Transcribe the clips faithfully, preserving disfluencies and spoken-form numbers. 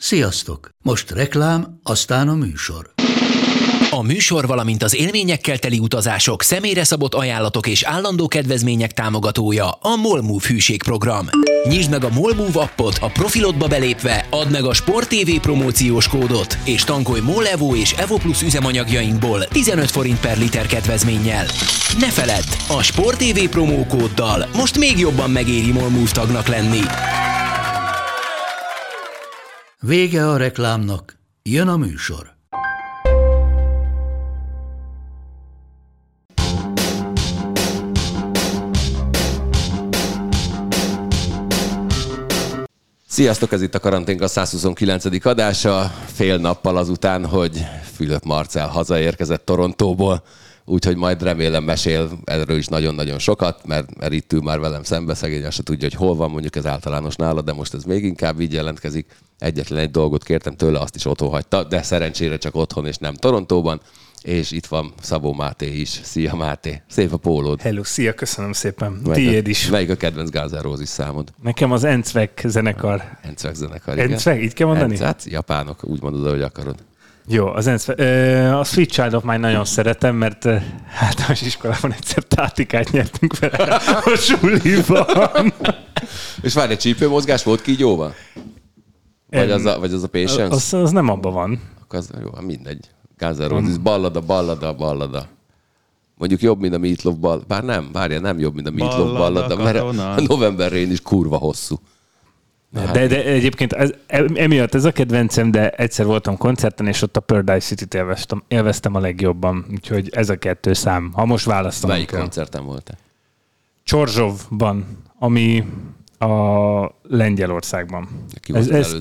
Sziasztok! Most reklám, aztán a műsor. A műsor, valamint az élményekkel teli utazások, személyre szabott ajánlatok és állandó kedvezmények támogatója a MOLMOVE hűségprogram. Nyisd meg a MOLMOVE appot, a profilodba belépve add meg a Sport té vé promóciós kódot, és tankolj MOL Evo és Evo Plus üzemanyagjainkból tizenöt forint per liter kedvezménnyel. Ne feledd, a Sport té vé promókóddal most még jobban megéri MOLMOVE tagnak lenni. Vége a reklámnak, jön a műsor. Sziasztok, ez itt a Karanténka százhuszonkilencedik adása, fél nappal azután, hogy Fülöp Marcell hazaérkezett Torontóból, úgyhogy majd remélem mesél erről is nagyon-nagyon sokat, mert, mert itt ül már velem szembe, szegény azt se tudja, hogy hol van, mondjuk ez általános nála, de most ez még inkább így jelentkezik. Egyetlen egy dolgot kértem tőle, azt is otthon hagyta, de szerencsére csak otthon és nem Torontóban, és itt van Szabó Máté is. Szia Máté, szép a pólód. Hello, szia, köszönöm szépen. Melyik Tiéd is. Melyik a kedvenc Guns N' Roses számod? Nekem az Encvek zenekar. Encvek zenekar, igen. Encvek, így kell mondani? Hát japánok, úgy mondod, hogy akarod. Jó, az Encvek. A Sweet Child of Mine nagyon szeretem, mert általános iskolában egyszer tátikát nyertünk vele a suliban. És várj, egy csípőmozgás volt kígyóval? Vagy az a, vagy az a Patience? Az, az nem abban van. Akkor az, jó, mindegy. Guns N' Roses, ballada, ballada, ballada. Mondjuk jobb, mint a Meat Loaf ballada. Bár nem, várja, nem jobb, mint a Meat Loaf ballada, mert a November Rain is kurva hosszú. De, de egyébként ez, emiatt ez a kedvencem, de egyszer voltam koncerten, és ott a Paradise City-t élveztem, élveztem a legjobban. Úgyhogy ez a kettő szám. Ha most választom. Melyik kell. Koncerten voltál? Csorzsovban, ami a Lengyelországban. Ez, ez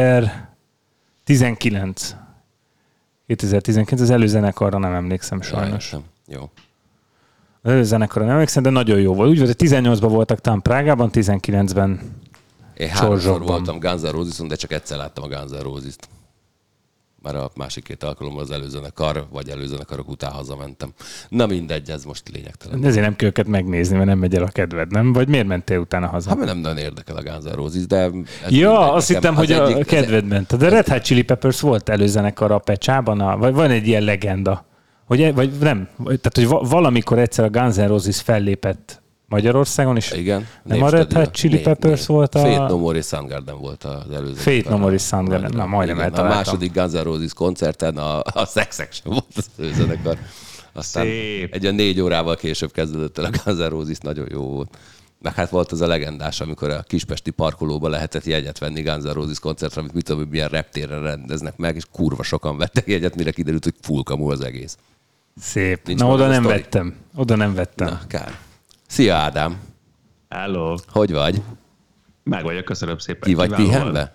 kétezer-tizenkilenc. kétezer-tizenkilenc, az előzenekarra nem emlékszem sajnos. Ja, jó. Az előzenekarra nem emlékszem, de nagyon jó volt. Úgy volt, hogy tizennyolcban voltak talán Prágában, tizenkilencben Én háromszor voltam Guns N' Roses-on, de csak egyszer láttam a Guns N' Roses-t. Már a másik két alkalommal az előzenekar, vagy előzenekarok után hazamentem. Na mindegy, ez most lényegtelen. Ezért nem kell őket megnézni, mert nem megy el a kedved, nem? Vagy miért mentél utána haza? Hát, mert nem nagyon érdekel a Guns N' Roses, de... Ja, mindegy, azt hittem, hogy egyik, a kedved ez... ment. De Red Hot Chili Peppers volt előzenekar a Pecsában, a, vagy van egy ilyen legenda. Hogy, vagy nem, tehát hogy valamikor egyszer a Guns N' Roses fellépett Magyarországon, és igen, nem a Red Hot Chili Peppers volt a... Fate No More és Soundgarden volt az előző. Fate No More és Soundgarden, na majdnem eltaláltam. A második Guns N' Roses koncerten a, a Sex Action volt az előzenekar. Aztán szép. Egy olyan négy órával később kezdődött el a Guns N' Roses, nagyon jó volt. Meg hát volt az a legendás, amikor a kispesti parkolóba lehetett jegyet venni Guns N' Roses koncertre, amit mit tudom, hogy milyen reptérre rendeznek meg, és kurva sokan vettek jegyet, mire kiderült, hogy full kamu az egész. Szép. Nincs na oda nem sztori? vettem. Oda nem vettem. Na, kár. Szia Ádám! Hello! Hogy vagy? Meg vagyok, köszönöm szépen. Ki vagy pihenve?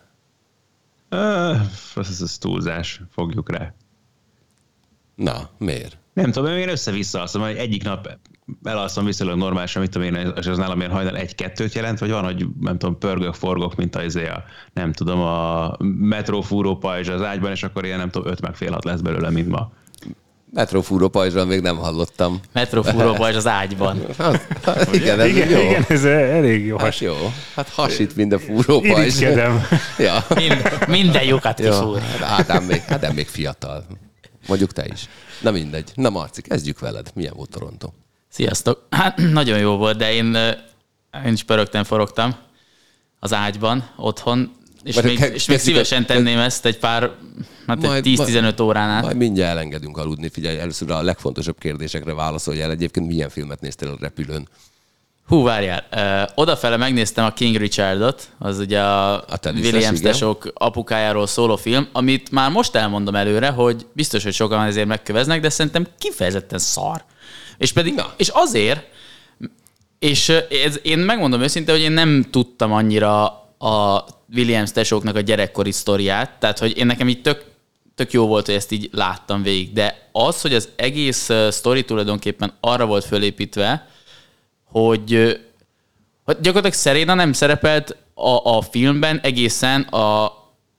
Uh, ez, ez túlzás, fogjuk rá. Na, miért? Nem tudom, én össze-vissza alszom, hogy egyik nap elalszom viszonylag normálisan, mit tudom én, és az nálam ilyen hajnal egy-kettőt jelent, vagy van, hogy nem tudom, pörgök, forgok, mint az a, nem tudom, a metrófúró pajzs az ágyban, és akkor ilyen nem tudom, öt meg fél hat lesz belőle, mint ma. Metrofúró pajzsról még nem hallottam. Metrofúró pajzs az ágyban. Hát, hát, igen, ez igen, jó. Igen, ez elég jó. Hát jó. Hát hasít mind a fúró pajzs. Ja. Mind, minden lyukat kifúr. Hát Ádám még, Ádám még fiatal. Mondjuk te is. Na mindegy. Na Marci, kezdjük veled. Milyen volt Toronto? Sziasztok. Hát nagyon jó volt, de én, én is pörögtem, forogtam az ágyban, otthon. És még, ke- és még szívesen tenném ezt egy pár, hát egy tíz-tizenöt órán át. Majd mindjárt elengedünk aludni. Figyelj, először a legfontosabb kérdésekre válaszolj el. Egyébként milyen filmet néztél a repülőn? Hú, várjál. Uh, odafele megnéztem a King Richardot, az ugye a, a Williams tesók apukájáról szóló film, amit már most elmondom előre, hogy biztos, hogy sokan ezért megköveznek, de szerintem kifejezetten szar. És pedig, Na. és azért, és ez, én megmondom őszintén, hogy én nem tudtam annyira a Williams tesóknak a gyerekkori sztoriát, tehát hogy én nekem így tök, tök jó volt, hogy ezt így láttam végig, de az, hogy az egész sztori tulajdonképpen arra volt fölépítve, hogy, hogy gyakorlatilag Serena nem szerepelt a, a filmben egészen a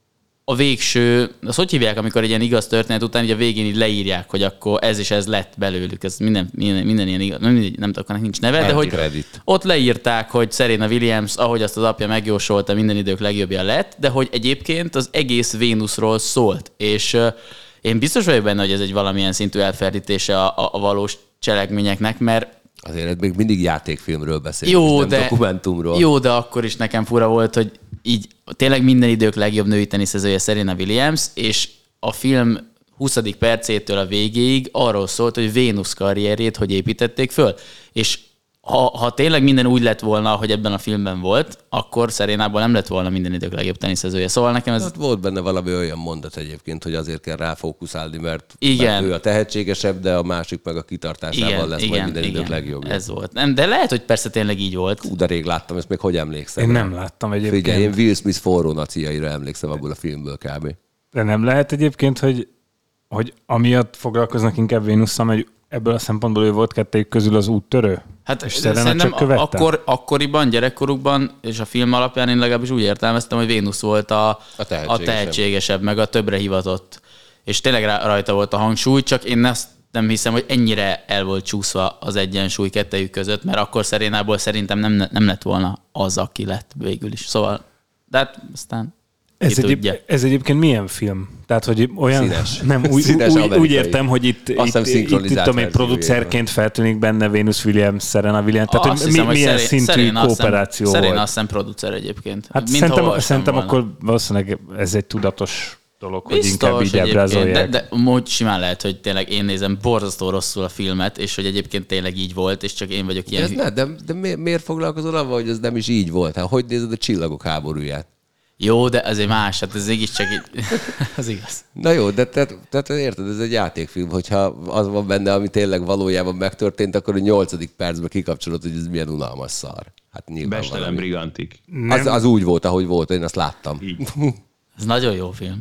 a végső, azt hogy hívják, amikor egy ilyen igaz történet után így a végén így leírják, hogy akkor ez és ez lett belőlük. Ez minden, minden, minden ilyen igaz, nem, nem tudom, nincs neve, de hogy credit. Ott leírták, hogy Serena Williams, ahogy azt az apja megjósolta, minden idők legjobbja lett, de hogy egyébként az egész Vénuszról szólt. És uh, én biztos vagyok benne, hogy ez egy valamilyen szintű elferdítése a, a, a valós cselekményeknek, mert azért még mindig játékfilmről beszélünk, jó, nem de, dokumentumról. Jó, de akkor is nekem fura volt, hogy így tényleg minden idők legjobb női teniszezője Serena Williams, és a film huszadik percétől a végéig arról szólt, hogy Vénusz karrierjét hogy építették föl. És ha, ha tényleg minden úgy lett volna, hogy ebben a filmben volt, akkor Serenából nem lett volna minden idők legjobb teniszezője. Szóval nekem ez... Hát volt benne valami olyan mondat egyébként, hogy azért kell ráfókuszálni, mert, igen. mert ő a tehetségesebb, de a másik meg a kitartásával igen, lesz igen, majd minden igen, idők legjobb. Ez volt. Nem, de lehet, hogy persze tényleg így volt. Hú, de rég láttam, ezt még hogy emlékszem? Én nem láttam egyébként. Figyelj, én Will Smith forró naciaira emlékszem abból a filmből kb. De nem lehet egyébként, hogy, hogy amiatt foglalkoznak inkább Vénusszal, hogy ebből a szempontból ő volt kettőjük közül az úttörő? Hát és szerintem akkor, akkoriban, gyerekkorukban, és a film alapján én legalábbis úgy értelmeztem, hogy Vénusz volt a, a, tehetségesebb. a tehetségesebb, meg a többre hivatott. És tényleg rajta volt a hangsúly, csak én ezt nem hiszem, hogy ennyire el volt csúszva az egyensúly kettejük között, mert akkor Serenából szerintem nem, nem lett volna az, aki lett végül is. Szóval, de hát aztán... Ez, egyéb, ez egyébként milyen film? Tehát, hogy olyan... Színes. Nem, úgy, Színes úgy, úgy értem, hogy itt, itt, itt, itt tudom, egy producerként feltűnik benne Venus Williams, Serena Williams. Tehát, azt hogy hiszem, mi, milyen Szerén, szintű Szerén kooperáció volt. Szerén azt hiszem producer egyébként. Hát Mint szerintem, szerintem akkor valószínűleg ez egy tudatos dolog, hogy biztos inkább így ábrázolják. De, de úgy simán lehet, hogy tényleg én nézem borzasztó rosszul a filmet, és hogy egyébként tényleg így volt, és csak én vagyok ilyen... De, ne, de, de miért, miért foglalkozol avval, hogy ez nem is így volt? Hát hogy nézed a Csillagok háborúját? Jó, de azért más, hát ez mégis csak így, az igaz. Na jó, de te, te, te érted, ez egy játékfilm, hogyha az van benne, ami tényleg valójában megtörtént, akkor a nyolcadik percben kikapcsolod, hogy ez milyen unalmas szar. Hát nyilván Bestelen brigantik. Az, az úgy volt, ahogy volt, én azt láttam. Ez nagyon jó film.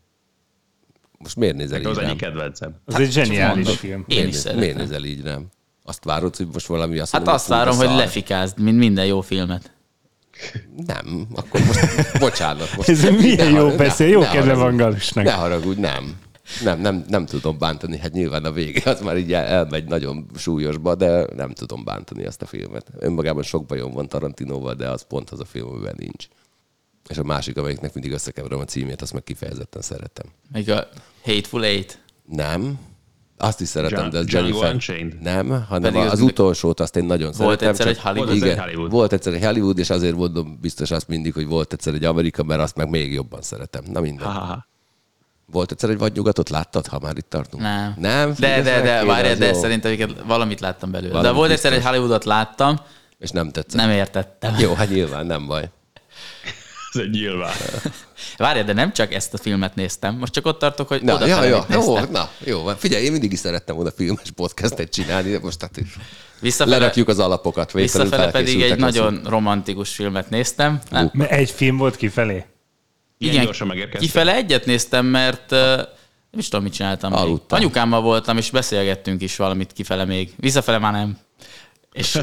Most miért nézel így Az rám? egyik kedvencem. Az egy zseniális film. Én is szeretem. Miért nézel így rám? Azt várod, hogy most valami azt Hát mondom, azt várom, hogy lefikázd, mint minden jó filmet. Nem, akkor most bocsánat. Most Ez milyen ne jó harag, beszél, ne, jó ne kedve van haragudj, Galusnak. Ne haragudj, nem. Nem, nem, nem tudom bántani, hát nyilván a vége az már így elmegy nagyon súlyosba, de nem tudom bántani azt a filmet. Önmagában sok bajom van Tarantinóval, de az pont az a film, amiben nincs. És a másik, amelyiknek mindig összekeverem a címét, azt meg kifejezetten szeretem. Még a Hateful Eight. Nem. Azt is szeretem, John, de az Django Jennifer... Unchained. Nem, hanem Pedig az, az az utolsót azt én nagyon volt szeretem. egyszer csak- egy Hollywood. Volt egyszer Igen, egy Hollywood. volt egyszer egy Hollywood, és azért mondom biztos azt mindig, hogy volt egyszer egy Amerika, mert azt meg még jobban szeretem. Na minden. Ha-ha-ha. Volt egyszer egy vadnyugatot, láttad, ha már itt tartunk? Nem. Nem? De, de, de, Kéne, várjál, az de jó. szerintem őket valamit láttam belőle. Valami de volt egyszer biztos. egy Hollywoodot láttam, És nem tetszett. nem értettem. Jó, hát nyilván nem baj. Ez egy nyilván. Várjál, de nem csak ezt a filmet néztem, most csak ott tartok, hogy Na, oda ja, ja, jó, néztem. na, jó, van. Figyelj, én mindig is szerettem volna filmes podcastet csinálni, de most hát is Visszafele, lerakjuk az alapokat. végtelenül visszafele pedig egy felkészültek nagyon leszünk. romantikus filmet néztem. Nem, Mert egy film volt kifelé. Ilyen igen, gyorsan megérkeztem. kifele egyet néztem, mert uh, nem is tudom, mit csináltam még. Aludtam. Anyukámmal voltam, és beszélgettünk is valamit kifele még. Visszafele már nem. És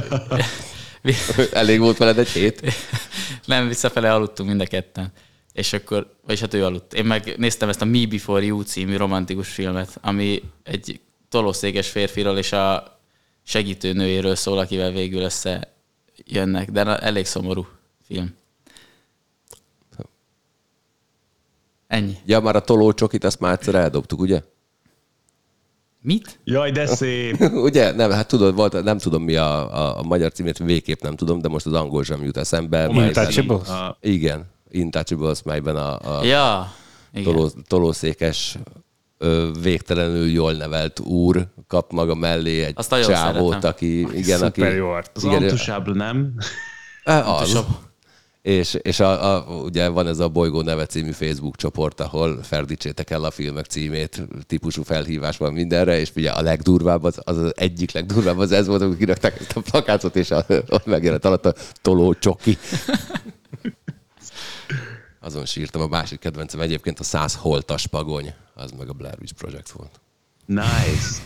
Elég volt veled egy hét? nem, visszafele aludtunk mind a ketten. És akkor, vagyis hát ő aludt. Én meg néztem ezt a Me Before You című romantikus filmet, ami egy tolószékes férfiról és a segítő nőjéről szól, akivel végül összejönnek. De elég szomorú film. Ennyi. Ja, már a tolócsokit, azt már egyszer eldobtuk, ugye? Mit? Jaj, de szép. Ugye? Nem, hát tudod, volt, nem tudom mi a, a, a magyar címét, végképp nem tudom, de most az angol sem jut eszembe. Intouchables? A- Igen, Intouchables, melyben a, a Ja, igen. toló, tolószékes, ö, végtelenül jól nevelt úr kap maga mellé egy Azt nagyon csávót, szeretem. aki... Igen, Szuper aki, jó arc. Az igen, Antusable, nem? az. És, és a, a, ugye van ez a Bolygó neve című Facebook csoport, ahol ferdítsétek el a filmek címét, típusú felhívás van mindenre, és ugye a legdurvább, az, az, az egyik legdurvább az ez volt, amikor kirakták ezt a plakátot, és a, ott megjelent alatt a toló csoki. Azon sírtam, a másik kedvencem egyébként a száz holtas pagony, az meg a Blair Witch Project volt. Nice.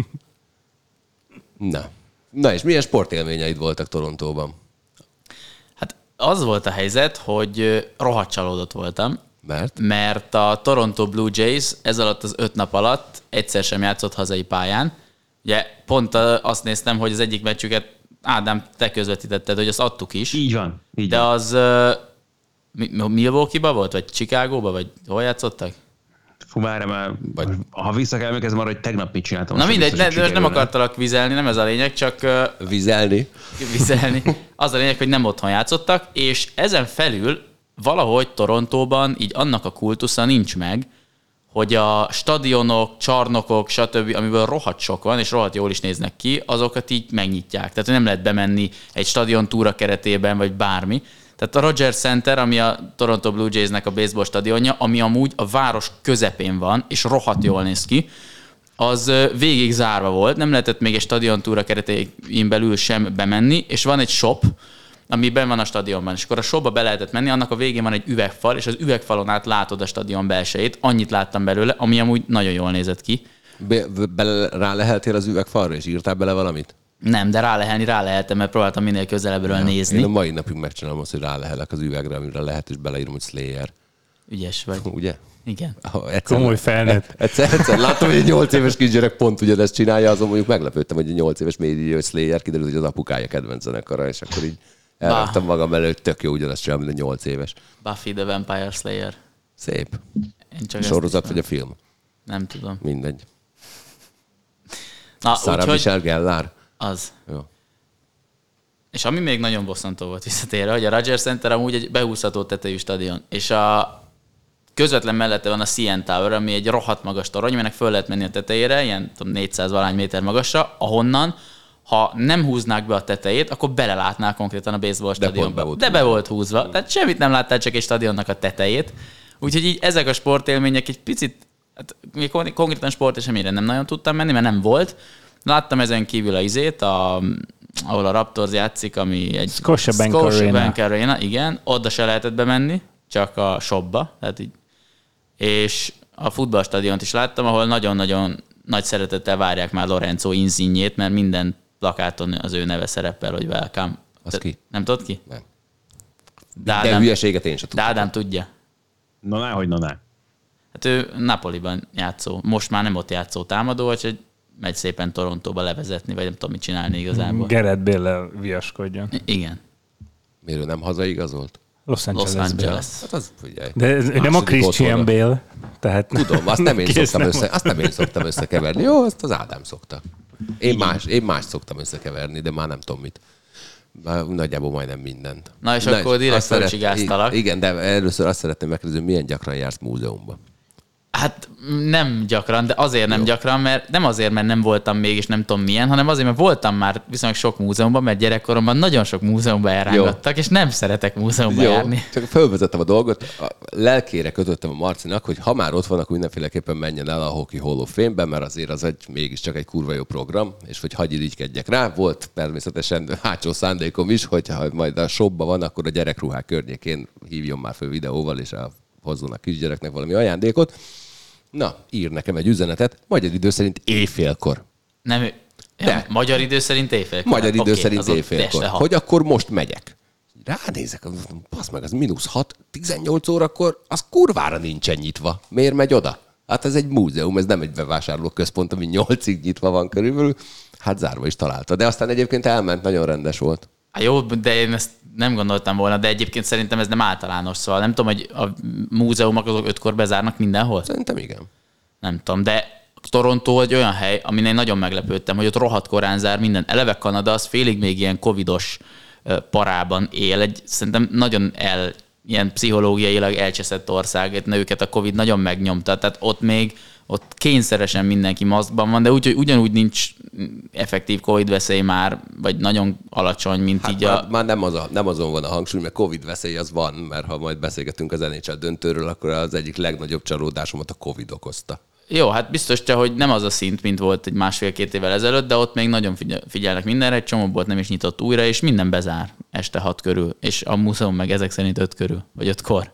Na. Na és milyen sportélményeid voltak Torontóban? Hát az volt a helyzet, hogy rohadt csalódott voltam, Mert? Mert a Toronto Blue Jays ez alatt az öt nap alatt egyszer sem játszott hazai pályán. Ugye pont azt néztem, hogy az egyik meccsüket, Ádám, te közvetítetted, hogy azt adtuk is. Így van. Így de van. az uh, Milwaukee-ba volt, vagy Chicagóba, vagy hol játszottak? Fú, várj már, vagy... ha vissza kell emlékezni arra, hogy tegnap mit csináltam. Na mindegy, ne, nem, nem akartalak vizelni, nem ez a lényeg, csak... Uh, vizelni. Vizelni. Az a lényeg, hogy nem otthon játszottak, és ezen felül valahogy Torontóban így annak a kultusza nincs meg, hogy a stadionok, csarnokok, stb., amiből rohadt sok van, és rohadt jól is néznek ki, azokat így megnyitják. Tehát nem lehet bemenni egy stadion túra keretében, vagy bármi. Tehát a Rogers Center, ami a Toronto Blue Jaysnek a baseball stadionja, ami amúgy a város közepén van, és rohadt jól néz ki, az végig zárva volt, nem lehetett még egy stadion túra keretén belül sem bemenni, és van egy shop, ami benn van a stadionban, és akkor a shopba be lehetett menni, annak a végén van egy üvegfal, és az üvegfalon át látod a stadion belsejét, annyit láttam belőle, ami amúgy nagyon jól nézett ki. Be, be, rá leheltél az üvegfalra, és írtál bele valamit? Nem, de rá lehelni rá lehetem, mert próbáltam minél közelebbről ja, nézni. Én a mai napig megcsinálom azt, hogy rá lehelek az üvegre, amire lehet, és beleírom, hogy Slayer. Ügyes vagy. Ugye? Igen. Oh, egyszer, Komoly felnőtt. Egyszer, egyszer láttam, hogy egy nyolc éves kisgyerek pont ugyanezt csinálja, azon mondjuk meglepődtem, hogy egy nyolc éves mély írja, hogy Slayer, kiderült, hogy az apukája kedvenc zenekara, és akkor így elraktam magam előtt, tök jó ugyanezt csinál, mint a nyolc éves. Buffy the Vampire Slayer. Szép. Én csak sorozat vagy a film? Nem tudom. Mindegy. Na, Sarah Michelle Gellar? Az. Jó. És ami még nagyon bosszantó volt visszatérve, hogy a Rogers Center amúgy egy behúzható tetejű stadion, és a közvetlen mellette van a C N Tower, ami egy rohadt magas torony, aminek föl lehet menni a tetejére, ilyen tudom, négyszáz valány méter magasra, ahonnan, ha nem húznák be a tetejét, akkor belelátnál konkrétan a baseball stadionba. De, De be volt húzva. Tehát semmit nem láttál, csak egy stadionnak a tetejét. Úgyhogy így ezek a sportélmények egy picit, hát konkrétan sporteseményre nem nagyon tudtam menni, mert nem volt. Láttam ezen kívül a izét, a, ahol a Raptors játszik, ami egy Scotiabank Arena. Bank Arena, igen, oda se lehetett bemenni, csak a shopba, tehát így. És a futballstadiont is láttam, ahol nagyon-nagyon nagy szeretettel várják már Lorenzo Insignét, mert minden plakáton az ő neve szerepel, hogy welcome. Az ki? Nem tudod ki? Nem. De, Ádám, De hülyeséget én sem tudom. De Ádám tudja. Na, ná, hogy na, ná. Hát ő Napoliban játszó, most már nem ott játszó támadó, vagy megy szépen Torontóba levezetni, vagy nem tudom, mit csinálni igazából. Gareth Bale-lel viaskodjon. Igen. Miért ő nem hazaigazolt? Los Angeles. Los Angeles. Hát az, figyelj. De ez nem a Christian Bale. Tehát tudom, azt nem, én szoktam nem össze, azt nem én szoktam összekeverni. Jó, azt az Ádám szokta. Én más, én más szoktam összekeverni, de már nem tudom mit. Már nagyjából majdnem mindent. Na és Na, akkor direkt fölcsigáztalak. Igen, de először azt szeretném megkérdezni, milyen gyakran jársz múzeumban? Hát nem gyakran, de azért nem Jó. gyakran, mert nem azért, mert nem voltam még, és nem tudom milyen, hanem azért, mert voltam már viszonylag sok múzeumban, mert gyerekkoromban nagyon sok múzeumban elrángattak, és nem szeretek múzeumban Jó. járni. Csak felvezettem a dolgot, a lelkére kötöttem a Marcinak, hogy ha már ott vannak, mindenféleképpen menjen el a Hockey Hall of Fame-be, mert azért az egy mégiscsak egy kurva jó program, és hogy hagyj irigykedjek rá. Volt természetesen hátsó szándékom is, hogy ha majd a shopban van, akkor a gyerekruhák környékén hívjon már föl videóval, és a hozzon a kisgyereknek valami ajándékot. Na, ír nekem egy üzenetet, magyar idő szerint éjfélkor. Nem, ja, magyar idő szerint éjfélkor? Magyar idő okay, szerint éjfélkor. Hogy akkor most megyek. Ránézek, basz meg, az mínusz hat, tizennyolc órakor, az kurvára nincsen nyitva. Miért megy oda? Hát ez egy múzeum, ez nem egy bevásárlóközpont, ami nyolcig nyitva van körülbelül. Hát zárva is találta. De aztán egyébként elment, nagyon rendes volt. Há, jó, de én ezt nem gondoltam volna, de egyébként szerintem ez nem általános, szóval nem tudom, hogy a múzeumok azok ötkor bezárnak mindenhol? Szerintem igen. Nem tudom, de Toronto egy olyan hely, amin én nagyon meglepődtem, hogy ott rohadt korán zár minden. Eleve Kanada, az félig még ilyen covidos parában él, egy szerintem nagyon el, ilyen pszichológiailag elcseszett ország, őket a Covid nagyon megnyomta, tehát ott még ott kényszeresen mindenki maszkban van, de úgy, hogy ugyanúgy nincs effektív Covid veszély már, vagy nagyon alacsony, mint hát így már, a... Már nem, az a, nem azon van a hangsúly, mert Covid veszély az van, mert ha majd beszélgetünk az en há el döntőről, akkor az egyik legnagyobb csalódásomat a Covid okozta. Jó, hát biztos, hogy nem az a szint, mint volt egy másfél-két évvel ezelőtt, de ott még nagyon figyelnek mindenre, egy csomó bolt nem is nyitott újra, és minden bezár este hat körül, és a múzeum meg ezek szerint öt körül, vagy ötkor.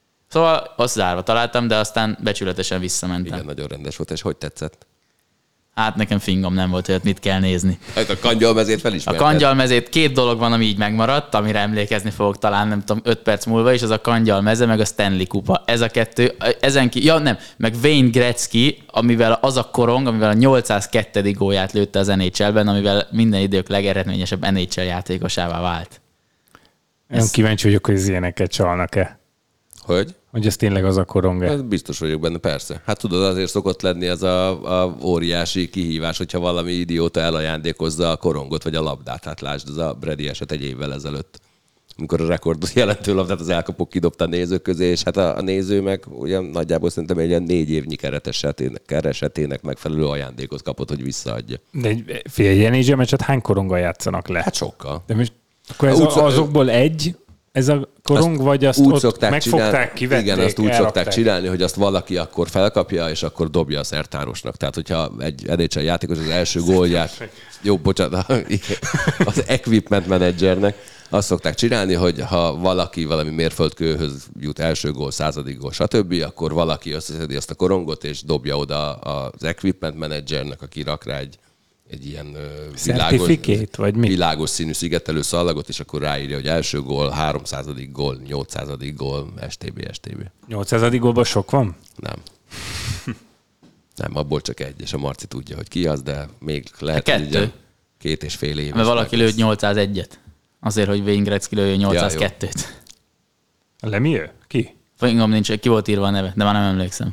Szóval azt zárva találtam, de aztán becsületesen visszamentem. Igen, nagyon rendes volt, és hogy tetszett? Hát nekem fingom nem volt, hogy mit kell nézni. Hát a kangyalmezét felismerted. A kangyalmezét két dolog van, ami így megmaradt, amire emlékezni fogok talán, nem tudom, öt perc múlva, és az a kangyalmeze, meg a Stanley kupa. Ez a kettő, ezen ki, ja nem, meg Wayne Gretzky, amivel az a korong, amivel a nyolcszázkettő gólját lőtte az en há el-ben, amivel minden idők legeredményesebb en há el játékosává vált. Én ez... kíváncsi vagyok, hogy az ilyeneket csalnak-e. Hogy? Hogy ez tényleg az a korong-e? Hát biztos vagyok benne, persze. Hát tudod, azért szokott lenni ez a, a óriási kihívás, hogyha valami idióta elajándékozza a korongot vagy a labdát. Hát lásd, ez a Brady eset egy évvel ezelőtt, amikor a rekordot jelentő labdát az elkapok kidobta a nézők közé, és hát a, a néző meg ugye nagyjából szerintem egy ilyen négy évnyi keresetének, keresetének megfelelő ajándékot kapott, hogy visszaadja. De egy fél ilyen en há el meccset hány koronggal játszanak le? Hát sokkal. De most akkor ez a, azokból egy, ez a korong, azt vagy azt úgy ott szokták megfogták, csinálni, kivették, igen, azt úgy elrakták. szokták csinálni, hogy azt valaki akkor felkapja, és akkor dobja a szertárosnak. Tehát, hogyha egy en há el játékos az első gólját, jó, bocsánat, az equipment managernek, azt szokták csinálni, hogy ha valaki valami mérföldkőhöz jut első gól, századik gól, stb., akkor valaki összeszedi azt a korongot, és dobja oda az equipment managernek, aki rak rá egy egy ilyen világos, vagy mi? világos színű szigetelő szallagot, és akkor ráírja, hogy első gól, háromszázadik gól, nyolcszázadik gól, stb. stb. nyolcszázadik gólban sok van? Nem. Nem, abból csak egy, és a Marci tudja, hogy ki az, de még lehet, Kettő. Hogy két és fél éves. Mert valaki lőtt nyolcszázegyet. Azért, hogy Wayne Gretzky lőjön nyolcszázkettőt. Ja, Lemieux? Ki? Fingom nincs, ki volt írva a neve, de már nem emlékszem.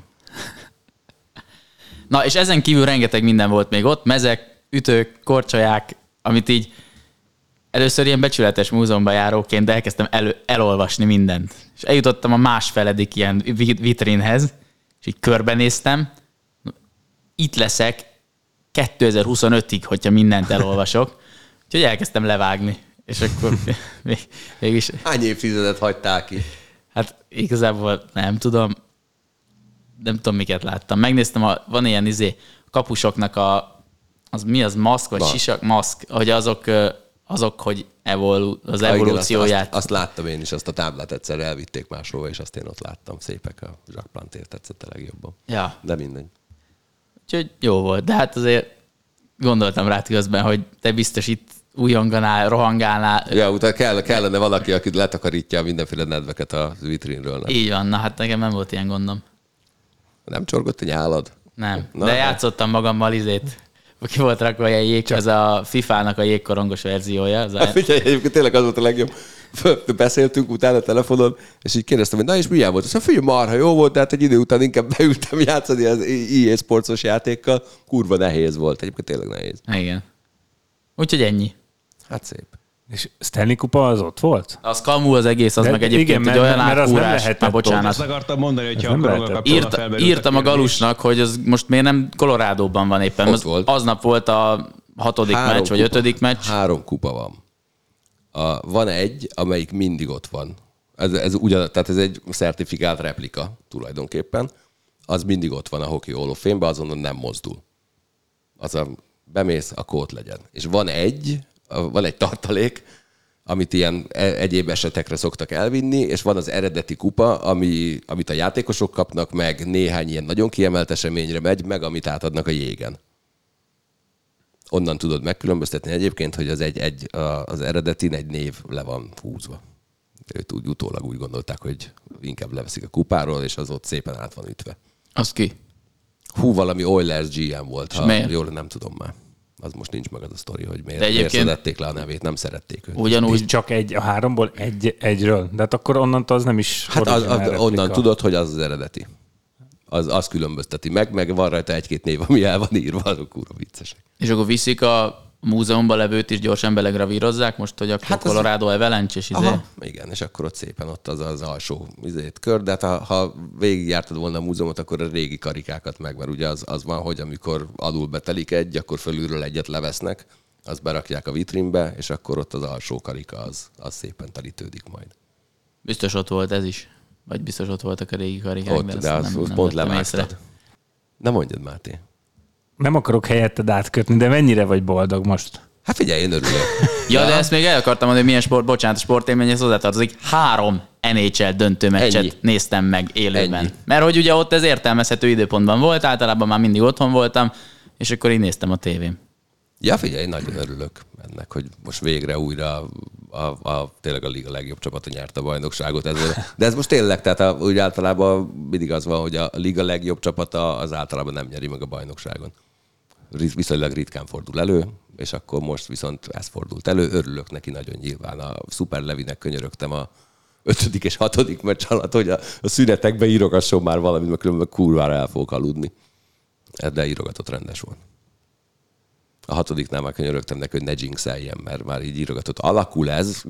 Na, és ezen kívül rengeteg minden volt még ott, mezek, ütők, korcsolyák, amit így először ilyen becsületes múzeumban járóként elkezdtem elő, elolvasni mindent. És eljutottam a másfeledik ilyen vitrinhez, és így körbenéztem. Itt leszek kétezer-huszonötig, hogyha mindent elolvasok. Úgyhogy elkezdtem levágni. És akkor mégis... Hány évtizedet hagytál ki? Hát igazából nem tudom. Nem tudom, miket láttam. Megnéztem, a, van ilyen izé, kapusoknak a az mi az, maszk, vagy Maszk. sisak, maszk, hogy azok, azok hogy evolu, az evolúcióját. Igen, azt, azt, azt láttam én is, azt a táblát egyszer elvitték máshova, és azt én ott láttam. Szépek, a Jacques Plantért tetszett a legjobban. Ja. De mindegy. Úgyhogy jó volt, de hát azért gondoltam rá közben, hogy te biztos itt újonganál, rohangálnál. Ja, utána kell, kellene valaki, aki letakarítja mindenféle nedveket a vitrinről. Nem? Így van, na hát nekem nem volt ilyen gondom. Nem csorgott egy állad? Nem, Na, de hát. játszottam magammal izét. Ki volt rakva egy jég, ez a fifának a jégkorongos verziója. Az hát figyelj, egyébként tényleg az volt a legjobb. Beszéltünk utána a telefonon, és így kérdeztem, hogy na és milyen volt? Azt mondja, figyelj, marha jó volt, de hát egy idő után inkább beültem játszani az í á Sportsos játékkal. Kurva nehéz volt, egyébként tényleg nehéz. Igen. Úgyhogy ennyi. Hát szép. És Stanley kupa az ott volt? Az kamu az egész, az de meg egyébként igen, egy olyan mert átkúrás. Már bocsánat. Azt akartam mondani, hogy ha nem a lehetett. kapcsolatban Írt, felmerült írtam a kérdés. Galusnak, hogy az most miért nem Colorado-ban van éppen. Ott Az, volt. aznap volt a hatodik Három meccs, vagy kupa. ötödik meccs. Három kupa van. A, van egy, amelyik mindig ott van. Ez, ez, ugyan, tehát ez egy szertifikált replika tulajdonképpen. Az mindig ott van a Hockey Hall of Fame-ben, azonnal nem mozdul. Az a bemész, akkor ott legyen. És van egy, van egy tartalék, amit ilyen egyéb esetekre szoktak elvinni, és van az eredeti kupa, ami, amit a játékosok kapnak, meg néhány ilyen nagyon kiemelt eseményre megy, meg amit átadnak a jégen. Onnan tudod megkülönböztetni egyébként, hogy az, egy, egy, az eredetin egy név le van húzva. Őt úgy utólag úgy gondolták, hogy inkább leveszik a kupáról, és az ott szépen át van ütve. Az ki? Hú, valami Oilers gé em volt, ha miért? jól nem tudom már. Az most nincs meg az a sztori, hogy miért, De egyébként- miért szedették le a nevét, nem szerették őt. Ugyanúgy És csak egy, a háromból egy, egyről. De hát akkor onnantól az nem is Hát az, az, originál onnan replika. tudod, hogy az az eredeti. Az, az különbözteti meg, meg van rajta egy-két név, ami el van írva, azok kurva viccesek. És akkor viszik a múzeumban levőt is gyorsan belegravírozzák, most, hogy akkor Hát az- Colorado Avalanche, és izé. Aha, igen, és akkor ott szépen ott az az alsó izét, kör, de hát ha, ha végigjártad volna a múzeumot, akkor a régi karikákat meg, mert ugye az, az van, hogy amikor alul betelik egy, akkor fölülről egyet levesznek, azt berakják a vitrínbe, és akkor ott az alsó karika az, az szépen telítődik majd. Biztos ott volt ez is. Vagy biztos ott voltak a régi karikák, Ott, de, de azt azt nem, nem pont vettem észre. levágtad. Ne mondjad, Máté. Nem akarok helyetted átkötni, de mennyire vagy boldog most? Hát figyelj, én örülök. Ja, de ezt még el akartam mondani, hogy milyen sport, bocsánat, a sportélményhez hozzátartozik. Három en há el döntő meccset Ennyi. néztem meg élőben. Ennyi. Mert hogy ugye ott ez értelmezhető időpontban volt, általában már mindig otthon voltam, és akkor így néztem a tévén. Ja, figyelj, nagyon örülök ennek, hogy most végre újra a, a, a, tényleg a liga legjobb csapata nyerte a bajnokságot. Ezzel. De ez most tényleg, tehát a, úgy általában mindig az van, hogy a liga legjobb csapata az általában nem nyeri meg a bajnokságon. Viszonylag ritkán fordul elő, és akkor most viszont ez fordult elő. Örülök neki nagyon nyilván. A Super Levinek könyörögtem a ötödik és hatodik meccs alatt, hogy a, a szünetekben írogasson már valamit, mert különben kurvára el fogok aludni. De írogatott, rendes volt. A hatodiknál már könyörögtem neki, hogy ne jinxeljen, mert már így írogatott. Alakul ez,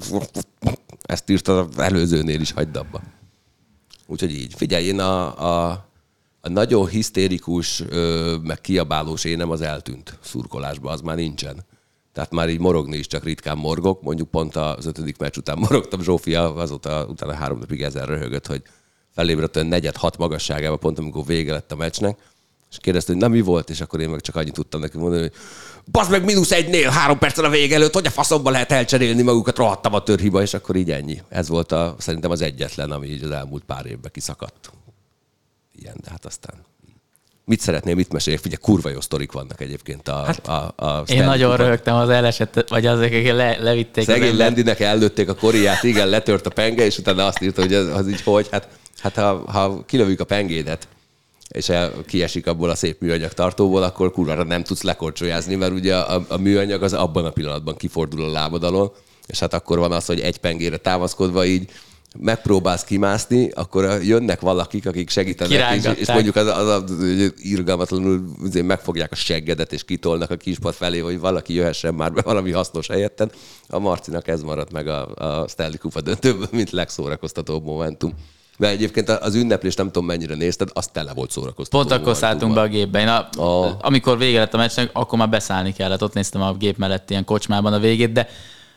ezt írta az előzőnél is, hagyd abba. Úgyhogy így. Figyelj, én a, a, a nagyon hisztérikus, meg kiabálós énem az eltűnt szurkolásba, az már nincsen. Tehát már így morogni is csak ritkán morgok. Mondjuk pont az ötödik meccs után morogtam, Zsófia azóta utána három napig ezer röhögött, hogy felébredt olyan negyed hat magasságába, pont amikor vége lett a meccsnek. És kérdezte, hogy na mi volt, és akkor én meg csak annyit tudtam neki mondani, hogy bassz meg mínusz egynél, három perccel a vége előtt, hogy a faszomba lehet elcserélni magukat, rohadtam a törhiba, és akkor így ennyi. Ez volt a, szerintem az egyetlen, ami így az elmúlt pár évben kiszakadt. Ilyen, de hát aztán... Mit szeretnél, mit meséljek? Figyelj, kurva jó sztorik vannak egyébként a... Hát, a, a én nagyon röhögtem az eleset, vagy azok, akik le, levitték. Szegény Lendinek ellőtték a koriát, igen, letört a penge, és utána azt írta, hogy az, az így hogy, hát, hát ha, ha kilövjük a pengédet, és kiesik abból a szép műanyag tartóból, akkor kurvára nem tudsz lekorcsolyázni, mert ugye a, a műanyag az abban a pillanatban kifordul a lábad alól, és hát akkor van az, hogy egy pengére támaszkodva így megpróbálsz kimászni, akkor jönnek valakik, akik segítenek, és, és mondjuk az, az, az, az irgalmatlanul megfogják a seggedet, és kitolnak a kispad felé, hogy valaki jöhessen már be valami hasznos helyetten. A Marcinak ez maradt meg a, a Stanley Kupa döntőből, mint legszórakoztatóbb momentum. De egyébként az ünneplést nem tudom mennyire nézted, az tele volt szórakoztató. Pont akkor szálltunk be a gépbe. Én a, oh. Amikor vége lett a meccsnek, akkor már beszállni kellett. Ott néztem a gép mellett ilyen kocsmában a végét, de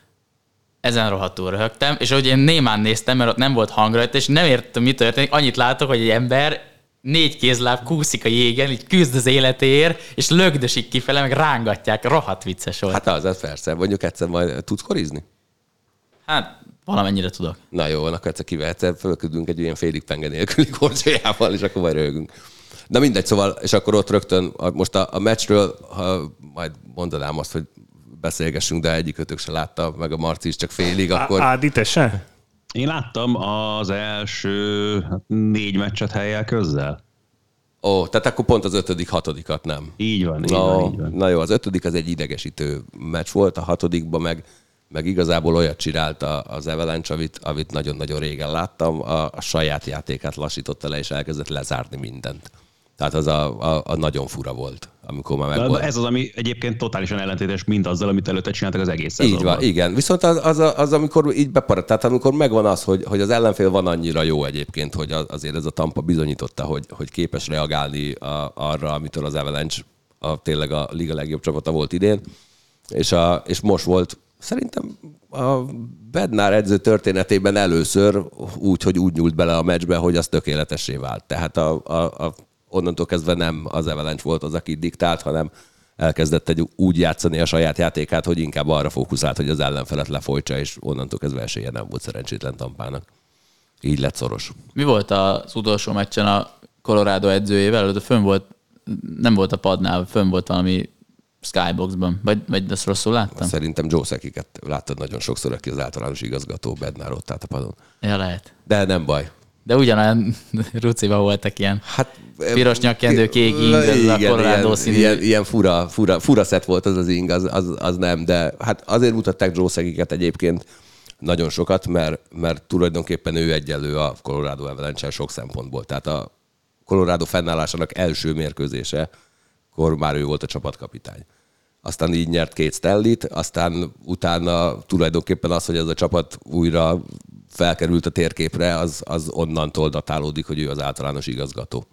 ezen rohadtul röhögtem, és ahogy én némán néztem, mert ott nem volt hang rajta, és nem értem, mi történik. Annyit látok, hogy egy ember négy kézláb kúszik a jégen, így küzd az életéért, és lögdösik kifele, meg rángatják. Rohadt vicces volt. Hát az, az persze. Mondjuk egyszer majd tudsz korizni? Hát valamennyire tudok. Na jó, akkor egyszer kivehetsz, fölködünk egy ilyen félig penge nélküli korcsolyával, és akkor majd röhögünk. Na mindegy, szóval, és akkor ott rögtön, most a, a meccsről, ha majd mondanám azt, hogy beszélgessünk, de egyikötök se látta, meg a Marci is csak félig, akkor... Ádi, te se? Én láttam az első hát négy meccset helyjel közzel. Ó, tehát akkor pont az ötödik, hatodikat nem. Így van, így, na, van, így van. Na jó, az ötödik az egy idegesítő meccs volt, a hatodikban meg, meg igazából olyat csinált az Avalanche, amit, amit nagyon-nagyon régen láttam, a, a saját játékát lassította le, és elkezdett lezárni mindent. Tehát az a, a, a nagyon fura volt, amikor már meg volt. Ez az, ami egyébként totálisan ellentétes mindazzal, amit előtte csináltak az egész szezonban. Így van, igen. Viszont az, az, az amikor így beparat, tehát amikor megvan az, hogy, hogy az ellenfél van annyira jó egyébként, hogy azért ez a Tampa bizonyította, hogy, hogy képes reagálni a, arra, amitől az Avalanche a, tényleg a liga legjobb csapata volt idén. És, a, és most volt szerintem a Bednar edző történetében először úgy, hogy úgy nyúlt bele a meccsbe, hogy az tökéletessé vált. Tehát a, a, a onnantól kezdve nem az Avalanche volt az, aki diktált, hanem elkezdett egy úgy játszani a saját játékát, hogy inkább arra fókuszált, hogy az ellenfelet lefolytsa, és onnantól kezdve esélye nem volt szerencsétlen Tampának. Így lett szoros. Mi volt az utolsó meccsen a Colorado edzőjével? De fönn volt, nem volt a padnál, fönn volt valami Skyboxban. Vagy, vagy ezt rosszul láttam? Szerintem Joe Sakic-et láttad nagyon sokszor, aki az általános igazgató, Bednar ott állt a padon. Ja, lehet. De nem baj. De ugyanolyan ruciba voltak ilyen hát, piros nyakkendő, kék ing, az igen, a Colorado színű. Ilyen, ilyen fura, fura, fura szett volt az az ing, az, az, az nem, de hát azért mutatták Joe Sakicet egyébként nagyon sokat, mert, mert tulajdonképpen ő egyenlő a Colorado Avalanche sok szempontból. Tehát a Colorado fennállásának első mérkőzése, akkor már ő volt a csapatkapitány. Aztán így nyert két Stanley-t, aztán utána tulajdonképpen az, hogy ez a csapat újra felkerült a térképre, az, az onnantól datálódik, hogy ő az általános igazgató.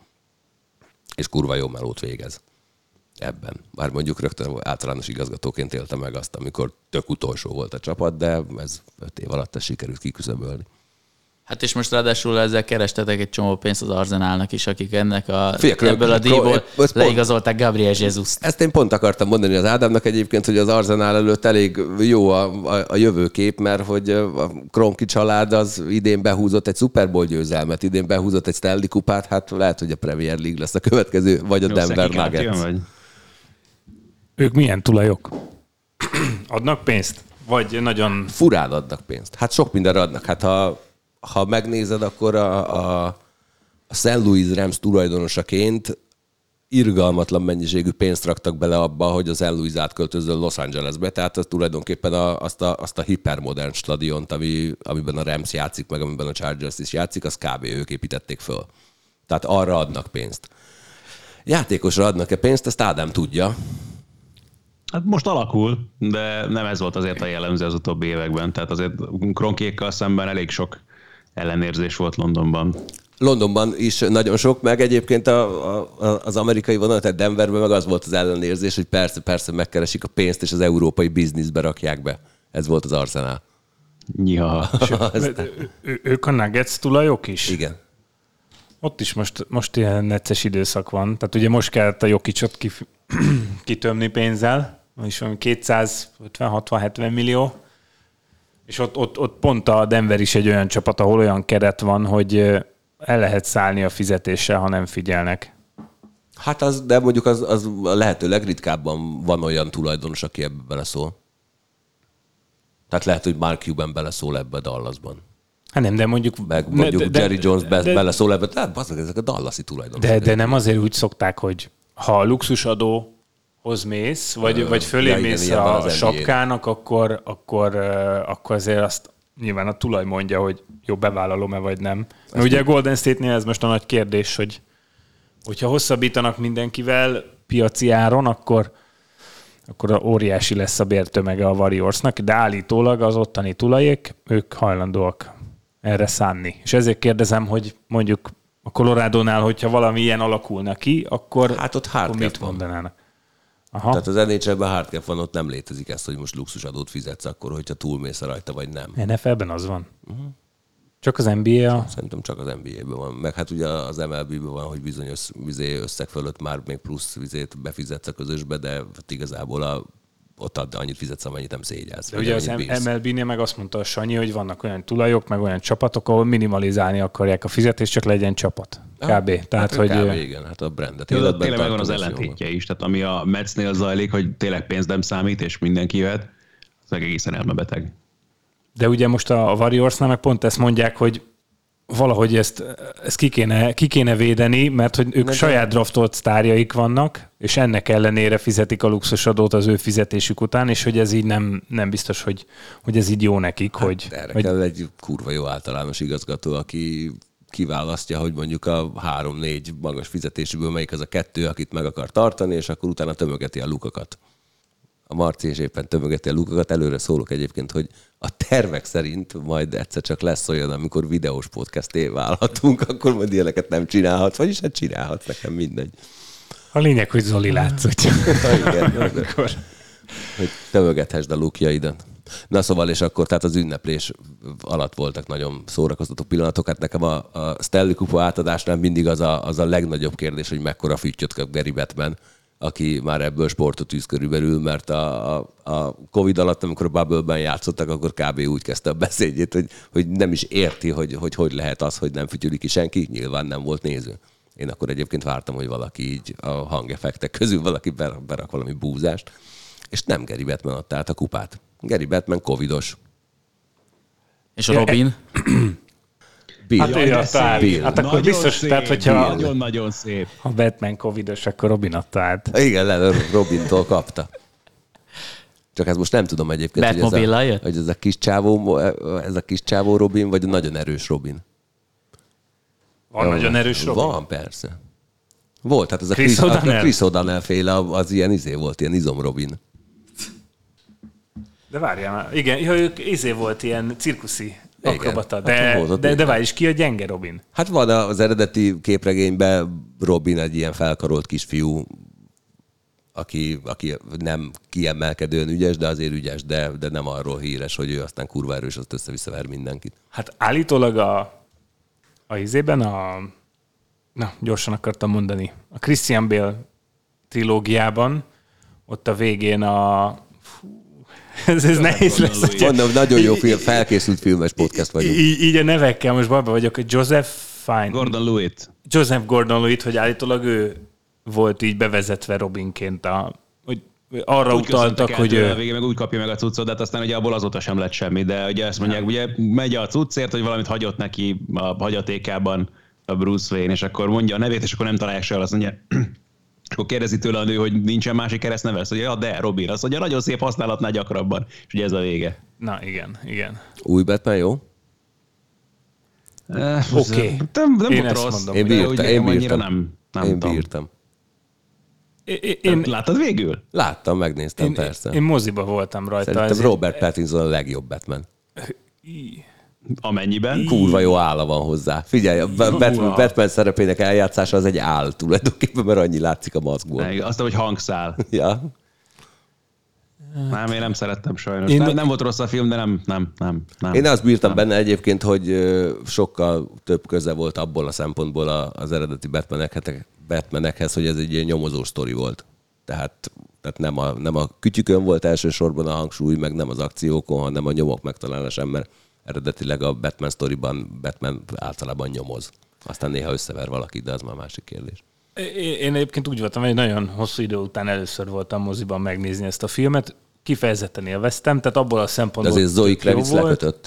És kurva jó melót végez ebben. Bár mondjuk rögtön általános igazgatóként élte meg azt, amikor tök utolsó volt a csapat, de ez öt év alatt ez sikerült kiküszöbölni. Hát és most ráadásul ezzel kerestetek egy csomó pénzt az Arsenalnak is, akik ennek a, Fiakről, ebből a díjból leigazolták Gabriel Jesus-t. Ezt én pont akartam mondani az Ádámnak egyébként, hogy az Arsenal előtt elég jó a, a, a jövőkép, mert hogy a Kroenke család az idén behúzott egy Super Bowl győzelmet, idén behúzott egy Stanley Kupát, hát lehet, hogy a Premier League lesz a következő, vagy a jó, Denver Nuggets. Ők milyen tulajok? Adnak pénzt? Vagy nagyon... Furán adnak pénzt. Hát sok mindenre adnak. Hát ha, ha megnézed, akkor a, a, a Saint Louis Rams tulajdonosaként irgalmatlan mennyiségű pénzt raktak bele abba, hogy az Saint Louis átköltözön Los Angelesbe. Tehát az tulajdonképpen a, azt, a, azt a hipermodern stadiont, ami, amiben a Rams játszik, meg amiben a Chargers is játszik, az kb. Ők építették föl. Tehát arra adnak pénzt. Játékosra adnak-e pénzt, ezt Ádám tudja. Hát most alakul, de nem ez volt azért a jellemző az utóbbi években. Tehát azért Kronkékkal szemben elég sok ellenérzés volt Londonban. Londonban is nagyon sok, meg egyébként a, a, az amerikai vonal, tehát Denverben meg az volt az ellenérzés, hogy persze, persze megkeresik a pénzt, és az európai bizniszbe rakják be. Ez volt az Arsenal. Ja. ő, ők a Nuggets tulajok is? Igen. Ott is most, most ilyen necces időszak van. Tehát ugye most kellett a Jokicsot kif- kitömni pénzzel, és valami kétszázötven hatvan hetven millió, és ott, ott, ott pont a Denver is egy olyan csapat, ahol olyan keret van, hogy el lehet szállni a fizetéssel, ha nem figyelnek. Hát az, de mondjuk az, az a lehető legritkábban van olyan tulajdonos, aki ebbe beleszól. Tehát lehet, hogy Mark Cuban beleszól ebbe a Dallasban. Hát nem, de mondjuk... Meg mondjuk de, Jerry Jones be, de, beleszól ebbe, tehát bazdmeg, ezek a dallasi tulajdonosok. De, de nem azért úgy szokták, hogy ha a luxusadóhoz mész, vagy, Ö, vagy fölé ja, mész igen, a sapkának, akkor, akkor, akkor azért azt nyilván a tulaj mondja, hogy jó, bevállalom-e vagy nem. Mert ugye a Golden State-nél ez most a nagy kérdés, hogy hogyha hosszabbítanak mindenkivel piaci áron, akkor, akkor óriási lesz a bértömege a Warriorsnak, de állítólag az ottani tulajék, ők hajlandóak erre szánni. És ezért kérdezem, hogy mondjuk a Colorado-nál, hogyha valami ilyen alakulna ki, akkor, hát ott akkor mit mondanának? Aha. Tehát az en há el-ben hard cap van, ott nem létezik ez, hogy most luxusadót fizetsz akkor, hogyha túlmész rajta, vagy nem. en ef el-ben az van. Uh-huh. Csak az en bé á? Szerintem csak az en bé á-ben van. Meg hát ugye az em el bé-ben van, hogy bizonyos vizé összeg fölött már még plusz vizét befizetsz a közösbe, de igazából a, ott ad, annyit fizetsz, amennyit nem szégyelsz. De ugye az em el bé-nél meg azt mondta a Sanyi, hogy vannak olyan tulajok, meg olyan csapatok, ahol minimalizálni akarják a fizetést, csak legyen csapat. Kb. Ah, Tehát, hát hogy... Kb. Igen, hát a brandet életben tényleg megvan az ellentétje is. Tehát ami a Metsnél zajlik, hogy tényleg pénz nem számít, és mindenki jöhet, az meg egészen elmebeteg. De ugye most a Warriorsnál meg pont ezt mondják, hogy valahogy ezt, ezt ki, kéne, ki kéne védeni, mert hogy ők ne saját draftolt sztárjaik vannak, és ennek ellenére fizetik a luxusadót az ő fizetésük után, és hogy ez így nem, nem biztos, hogy, hogy ez így jó nekik. Hát hogy, erre hogy... kell egy kurva jó általános igazgató, aki kiválasztja, hogy mondjuk a három-négy magas fizetésűből melyik az a kettő, akit meg akar tartani, és akkor utána tömögeti a lukakat. A Marci is éppen tömögeti a lukakat. Előre szólok egyébként, hogy a tervek szerint majd egyszer csak lesz olyan, amikor videós podcasté válhatunk, akkor majd ilyeneket nem csinálhat, vagyis hát csinálhat, nekem mindegy. A lényeg, hogy Zoli látszódja. Igen, akkor... hogy tömögethesd a lukjaidat. Na szóval, és akkor tehát az ünneplés alatt voltak nagyon szórakoztató pillanatok. Hát nekem a, a Stanley Kupa átadásnál mindig az a, az a legnagyobb kérdés, hogy mekkora füttyöt kap Gary Bettman, aki már ebből sportot űz körülbelül, mert a, a, a Covid alatt, amikor a Bubble-ben játszottak, akkor kb. Úgy kezdte a beszédjét, hogy, hogy nem is érti, hogy, hogy hogy lehet az, hogy nem fütyüli ki senki, nyilván nem volt néző. Én akkor egyébként vártam, hogy valaki így a hangeffektek közül valaki berak valami búzást, és nem Gary Bettman adta át a kupát. Gary Bettman covidos. És a Robin? Bill. Hát ő adta át. Bill. Hát akkor biztos, szép, tehát hogyha... Nagyon-nagyon szép. Ha Batman covidos, akkor Robin adta át. Igen, le, Robintól kapta. Csak ez most nem tudom egyébként, hogy ez, a, hogy ez a kis csávó, ez a kis csávó Robin, vagy a nagyon erős Robin. Van Jó, nagyon erős Robin? Van, persze. Volt, hát ez a Chris, Chris, a Chris O'Donnell féle, az ilyen izé volt, ilyen izom Robin. De várjál már, igen, ja, ők izé volt ilyen cirkuszi akrobata, de, hát de, de várj is, ki a gyenge Robin? Hát van az eredeti képregényben Robin egy ilyen felkarolt kisfiú, aki, aki nem kiemelkedően ügyes, de azért ügyes, de, de nem arról híres, hogy ő aztán kurva erős, azt össze-visszaver mindenkit. Hát állítólag a, a izében a... Na, gyorsan akartam mondani. A Christian Bale trilógiában ott a végén a... Ez, ez nehéz lesz. Mondom, nagyon jó film, felkészült filmes podcast vagyunk. Így, így a nevekkel most bajban vagyok, hogy Joseph Fine. Gordon Lewitt. Joseph Gordon Lewitt, hogy állítólag ő volt így bevezetve Robinként, a, hogy arra úgy utaltak, hogy... A végén meg úgy kapja meg a cuccot, de hát aztán ugye abból azóta sem lett semmi, de ugye ezt mondják, ugye megy a cuccért, hogy valamit hagyott neki a hagyatékában a Bruce Wayne, és akkor mondja a nevét, és akkor nem találják se, azt mondja, akkor kérdezi tőle a nő, hogy nincsen másik keresztneve, azt mondja, ja, de Robin, azt mondja, nagyon szép használatnál gyakrabban, és ugye ez a vége. Na igen, igen. Új Batman jó? Uh, Oké. Okay. Nem, nem volt rossz. Mondom, én bírtam. Én bírtam. Nem, nem én bírtam. Én, én, láttad végül? Láttam, megnéztem, én, persze. Én moziba voltam rajta. Szerintem azért... Robert Pattinson a legjobb Batman. Amennyiben? Kurva jó álla van hozzá. Figyelj, a Batman, Batman szerepének eljátszása az egy áll tulajdonképpen, mert annyi látszik a maszkból. Azt, hogy hangszál. Ja. Nem, én nem szerettem sajnos. Én... Nem, nem volt rossz a film, de nem, nem, nem. nem én azt bírtam nem. benne egyébként, hogy sokkal több köze volt abból a szempontból az eredeti Batmanekhez, hogy ez egy ilyen nyomozó sztori volt. Tehát, tehát nem, a, nem a kütyükön volt elsősorban a hangsúly, meg nem az akciókon, hanem a nyomok megtalálásán, mert eredetileg a Batman sztoriban Batman általában nyomoz. Aztán néha összever valakit, de az már másik kérdés. Én egyébként úgy voltam, hogy nagyon hosszú idő után először voltam moziban megnézni ezt a filmet. Kifejezetten élveztem, tehát abból a szempontból... De azért Zoe Kravitz lekötött?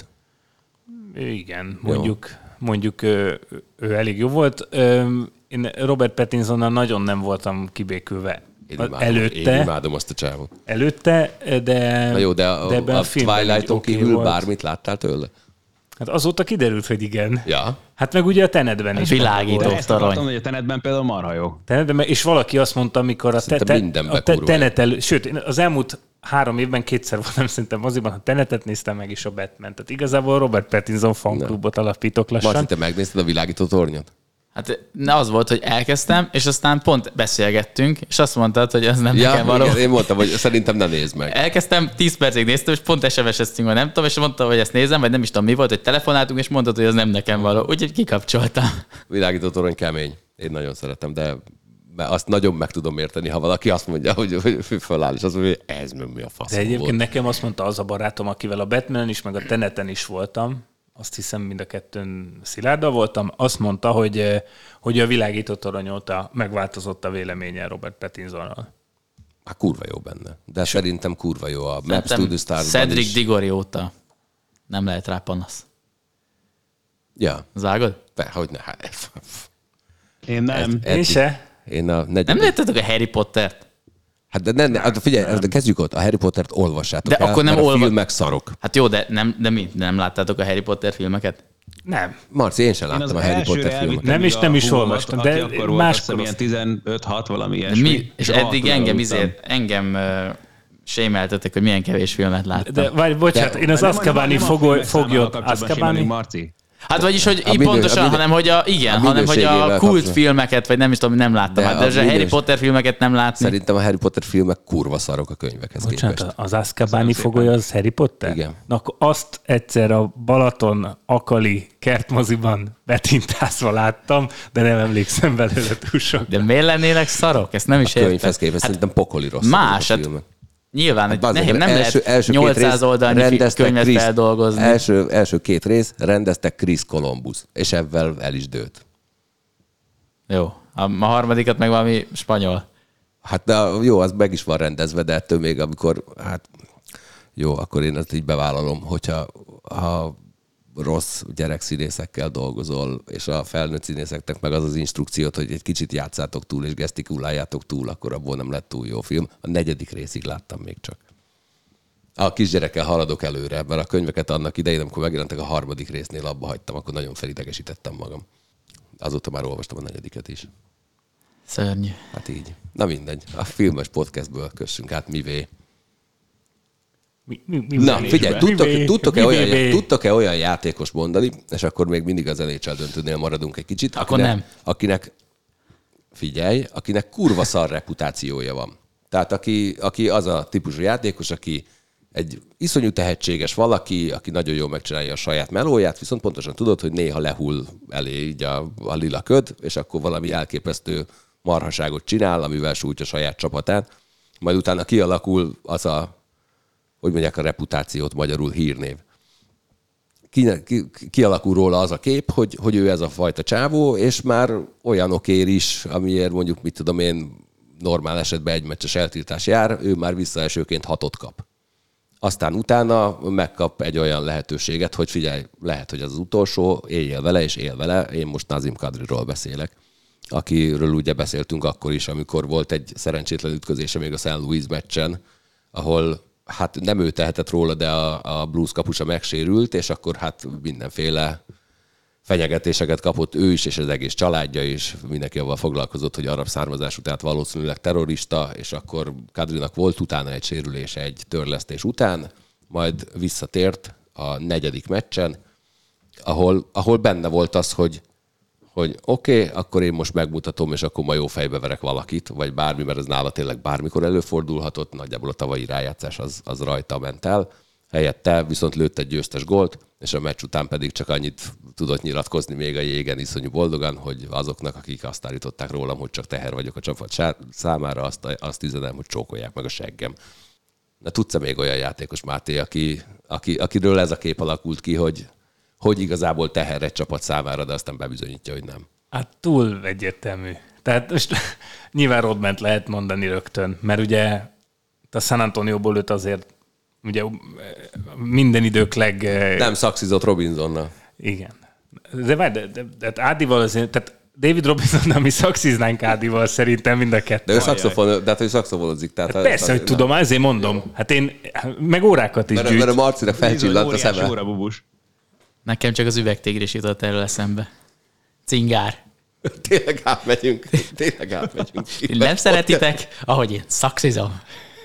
Igen, mondjuk, mondjuk ő, ő elég jó volt. Én Robert Pattinsonnal nagyon nem voltam kibékülve én imádom, előtte. Én imádom azt a csávot. Előtte, de... Na jó, de a, de a, a Twilight-on kívül okay bármit láttál tőle? Hát azóta kiderült, hogy igen. Ja. Hát meg ugye a Tenetben is. Világító tartom, hogy a Tenetben például marha jó. Tenetben, és valaki azt mondta, amikor a, te, te, a te, Tenet elő, sőt, az elmúlt három évben kétszer voltam szerintem moziban, a Tenetet néztem meg is a Batman. Tehát igazából Robert Pattinson fanklubot alapítok lassan. Marci, te megnézted a Világító tornyot? Hát az volt, hogy elkezdtem, és aztán pont beszélgettünk, és azt mondtad, hogy az nem ja, nekem való. Igen, én mondtam, hogy szerintem ne nézd meg. Elkezdtem, tíz percig néztem, és pont es em es-eztünk, nem tudom, és mondtam, hogy ezt nézem, vagy nem is tudom mi volt, hogy telefonáltunk, és mondtad, hogy az nem nekem való. Úgyhogy kikapcsoltam. Világító torony kemény. Én nagyon szeretem, de azt nagyon meg tudom érteni, ha valaki azt mondja, hogy, hogy föláll, és azt mondja, hogy ez mi a fasz. De egyébként volt. Nekem azt mondta az a barátom, akivel a Batman is, meg a Teneten is voltam, azt hiszem mind a kettőn Szilárddal voltam, azt mondta, hogy, hogy a Világító torony óta megváltozott a véleménye Robert Pattinsonnal. Hát kurva jó benne. De so, szerintem kurva jó a Maps to the Stars-ban Cedric Diggory óta nem lehet rá panasz. Ja. Zágod? Be, hogy ne. Én nem. Ez, Én se. Én a negyedik... Nem láttátok a Harry Pottert? Hát de ne, ne, hát figyelj, de kezdjük ott. A Harry Pottert olvassátok de el, akkor nem mert olva... a filmek szarok. Hát jó, de, nem, de mi? Nem láttátok a Harry Potter filmeket? Nem. Marci, én sem láttam a Harry Potter filmet. Nem is, nem is olvastam, de máskor ilyen tizenöt hat valami ilyesmi. Mi? És eddig engem, izé, engem uh, sémeltetek, hogy milyen kevés filmet láttam. De várj, bocsánat, de, én az Azkabáni foglyot... Azkabáni? Marci. Hát vagyis, hogy így pontosan, minő, hanem hogy a, igen, a hanem hogy a kultfilmeket, vagy nem is tudom, nem láttam. De, hát, de a, a minős... Harry Potter filmeket nem látni. Szerintem a Harry Potter filmek kurva szarok a könyvekhez Bocsánat, képest. Az Azkabáni fogoly az Harry Potter? Igen. Na akkor azt egyszer a Balaton Akali kertmoziban betintázva láttam, de nem emlékszem belőle túl sok. De miért lennének szarok? Ezt nem is értem. A könyvhez képest hát szerintem pokoli rossz. Más, hát nyilván, hát nehéz, nem első, lehet első nyolcszáz oldalnyi könyvet Chris, feldolgozni. Első, első két rész rendezte Chris Columbus, és ebben el is dőlt. Jó, a, a harmadikat meg valami spanyol. Hát de jó, az meg is van rendezve, de ettől még amikor, hát jó, akkor én ezt így bevállalom, hogyha ha rossz gyerekszínészekkel dolgozol, és a felnőtt színészeknek meg az az instrukciót, hogy egy kicsit játszátok túl, és gesztikuláljátok túl, akkor abból nem lett túl jó film. A negyedik részig láttam még csak. A kisgyerekkel haladok előre, mert a könyveket annak idején, amikor megjelentek a harmadik résznél, abba hagytam, akkor nagyon felidegesítettem magam. Azóta már olvastam a negyediket is. Szörnyű. Hát így. Na mindegy. A filmes podcastből kössünk át mivé. Mi, mi, mi Na, figyelj, tudtok, mi tudtok-e, mi olyan, mi tudtok-e olyan játékos mondani, és akkor még mindig az en há el döntőnél maradunk egy kicsit. Akkor akinek, nem. Akinek, figyelj, akinek kurva szar reputációja van. Tehát aki, aki az a típusú játékos, aki egy iszonyú tehetséges valaki, aki nagyon jól megcsinálja a saját melóját, viszont pontosan tudod, hogy néha lehull elé így a, a lila köd, és akkor valami elképesztő marhaságot csinál, amivel sújtja a saját csapatát, majd utána kialakul az a, hogy mondják a reputációt, magyarul hírnév. Ki, ki, kialakul róla az a kép, hogy, hogy ő ez a fajta csávó, és már olyanokért is, amiért mondjuk, mit tudom én, normál esetben egy meccses eltiltás jár, ő már visszaesőként hatot kap. Aztán utána megkap egy olyan lehetőséget, hogy figyelj, lehet, hogy az, az utolsó, éljél vele, és él vele. Én most Nazim Kadriról beszélek, akiről ugye beszéltünk akkor is, amikor volt egy szerencsétlen ütközése még a Saint Louis meccsen, ahol hát nem ő tehetett róla, de a, a Blues kapusa megsérült, és akkor hát mindenféle fenyegetéseket kapott ő is, és az egész családja is. Mindenki avval foglalkozott, hogy arab származású, tehát valószínűleg terrorista, és akkor Kadrinak volt utána egy sérülése egy törlesztés után, majd visszatért a negyedik meccsen, ahol, ahol benne volt az, hogy, hogy oké, okay, akkor én most megmutatom, és akkor ma jó fejbe verek valakit, vagy bármi, mert ez nála tényleg bármikor előfordulhatott, nagyjából a tavalyi rájátszás az, az rajta ment el. Helyette viszont lőtt egy győztes gólt, és a meccs után pedig csak annyit tudott nyilatkozni még a jégen iszonyú boldogan, hogy azoknak, akik azt állították rólam, hogy csak teher vagyok a csapat számára, azt, azt üzenem, hogy csókolják meg a seggem. De tudsz-e még olyan játékos, Máté, aki, aki, akiről ez a kép alakult ki, hogy, hogy igazából teher egy csapat számára, de aztán bebizonyítja, hogy nem? Hát túl egyértelmű. Tehát most nyilván Rodment lehet mondani rögtön, mert ugye a San Antonióból őt azért ugye minden idők leg... Nem szaxizott Robinsonnal. Igen. De várj, de, de, de, de Ádival azért, tehát David Robinsonnal mi szaxiznánk Ádival szerintem mind a kettő. De ő szaxofon, de hát ő szaxofonozik. Tehát hát persze, hogy tudom, ezért mondom. Hát én meg órákat is mert, gyűjt. Mert a Marcinak felcsillant a szeme. Óra, bubus. Nekem csak az üvegtigris jutott erről eszembe. Cingár. Tényleg átmegyünk. Tényleg átmegyünk. Nem szeretitek, ahogy én szaxizom.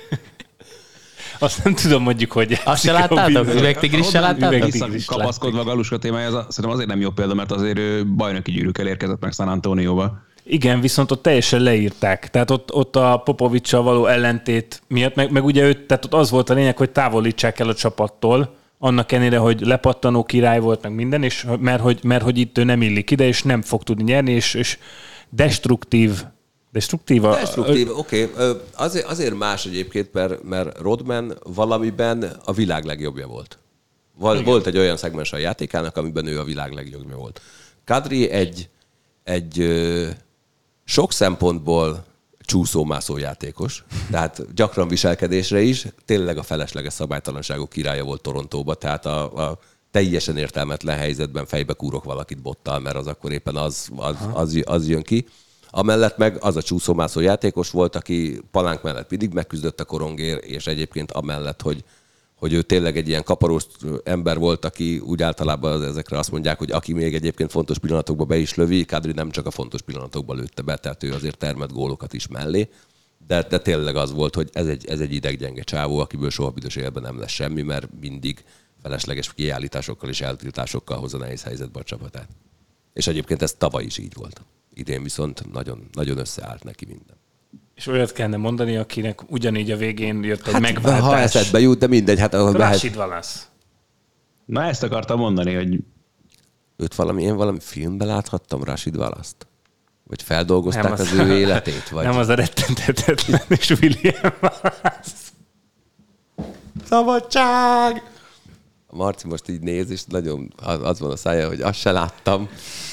Azt nem tudom, mondjuk, hogy... Azt se láttátok? Az üvegtigris se láttátok? Kapaszkodva a Galuska témája, az, szerintem azért nem jó példa, mert azért ő bajnoki gyűrűkkel érkezett meg San Antonióba. Igen, viszont ott teljesen leírták. Tehát ott, ott a Popovics-sal való ellentét miatt, meg, meg ugye őt, tehát ott az volt a lényeg, hogy távolítsák el a csapattól, annak ellenére, hogy lepattanó király volt, meg minden, és mert hogy, mert hogy itt ő nem illik ide, és nem fog tudni nyerni, és, és destruktív Destruktív? Destruktív, oké. Okay. Azért, azért más egyébként, mert, mert Rodman valamiben a világ legjobbja volt. Val, volt egy olyan szegmens a játékának, amiben ő a világ legjobbja volt. Kadri egy, egy ö, sok szempontból csúszómászó játékos, tehát gyakran viselkedésre is, tényleg a felesleges szabálytalanságok királya volt Torontóba, tehát a, a teljesen értelmetlen helyzetben fejbe kúrok valakit bottal, mert az akkor éppen az, az, az, az jön ki. Amellett meg az a csúszómászó játékos volt, aki palánk mellett mindig megküzdött a korongért, és egyébként amellett, hogy, hogy ő tényleg egy ilyen kaparós ember volt, aki úgy általában ezekre azt mondják, hogy aki még egyébként fontos pillanatokban be is lövi, Kadri nem csak a fontos pillanatokban lőtte be, tehát ő azért termett gólokat is mellé, de, de tényleg az volt, hogy ez egy, ez egy ideggyenge csávó, akiből soha büdös életben nem lesz semmi, mert mindig felesleges kiállításokkal és eltiltásokkal hozza nehéz helyzetbe a csapatát. És egyébként ez tavaly is így volt. Idén viszont nagyon, nagyon összeállt neki minden. És olyat kellene mondani, akinek ugyanígy a végén jött egy hát, megváltás. Ha eszedbe jut, de mindegy. Hát, Rashid Wallace. Na ezt akartam mondani, hogy... Őt valami, én valami filmben láthattam, Rashid Wallace-t? Vagy feldolgozták az, az ő életét? Vagy... Nem az a rettenthetetlen és William Wallace. Szabadság! A Marci most így néz, és nagyon az van a szája, hogy azt se láttam.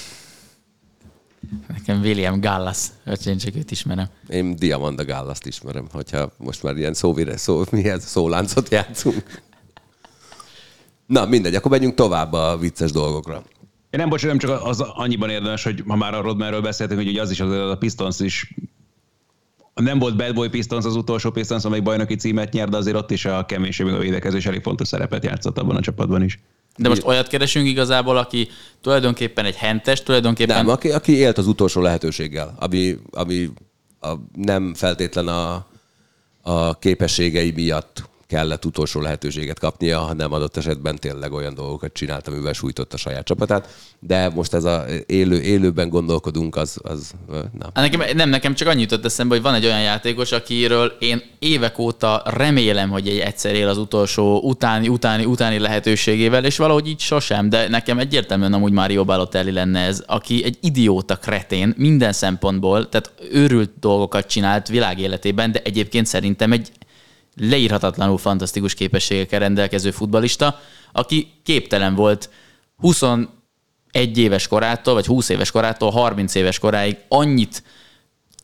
Nekem William Gallas, én csak őt ismerem. Én Diamanda Gallas-t ismerem, hogyha most már ilyen szóvére, szó, mihez szóláncot játszunk. Na, mindegy, akkor menjünk tovább a vicces dolgokra. Én nem, bocsánat, nem csak az annyiban érdemes, hogy ha már a Rodmanről beszéltünk, hogy az is az a Pistons is nem volt Bad Boy Pistons az utolsó Pistons, amelyik bajnoki címet nyert, de azért ott is a keménység, meg a védekezés elég fontos szerepet játszott abban a csapatban is. De most olyat keresünk igazából, aki tulajdonképpen egy hentes, tulajdonképpen... Nem, aki, aki élt az utolsó lehetőséggel, ami, ami a, nem feltétlen a, a képességei miatt kellett utolsó lehetőséget kapnia, hanem adott esetben tényleg olyan dolgokat csinált, amivel sújtott a saját csapatát. De most ez a élő, élőben gondolkodunk, az, az nem. Nekem, nem, nekem csak annyit jutott eszembe, hogy van egy olyan játékos, akiről én évek óta remélem, hogy egy egyszer él az utolsó utáni, utáni, utáni lehetőségével, és valahogy így sosem, de nekem egyértelműen amúgy Mario Balotelli lenne ez, aki egy idióta kretén minden szempontból, tehát őrült dolgokat csinált világéletében, de egyébként szerintem egy leírhatatlanul fantasztikus képességekkel rendelkező futballista, aki képtelen volt huszonegy éves korától, vagy húsz éves korától harminc éves koráig annyit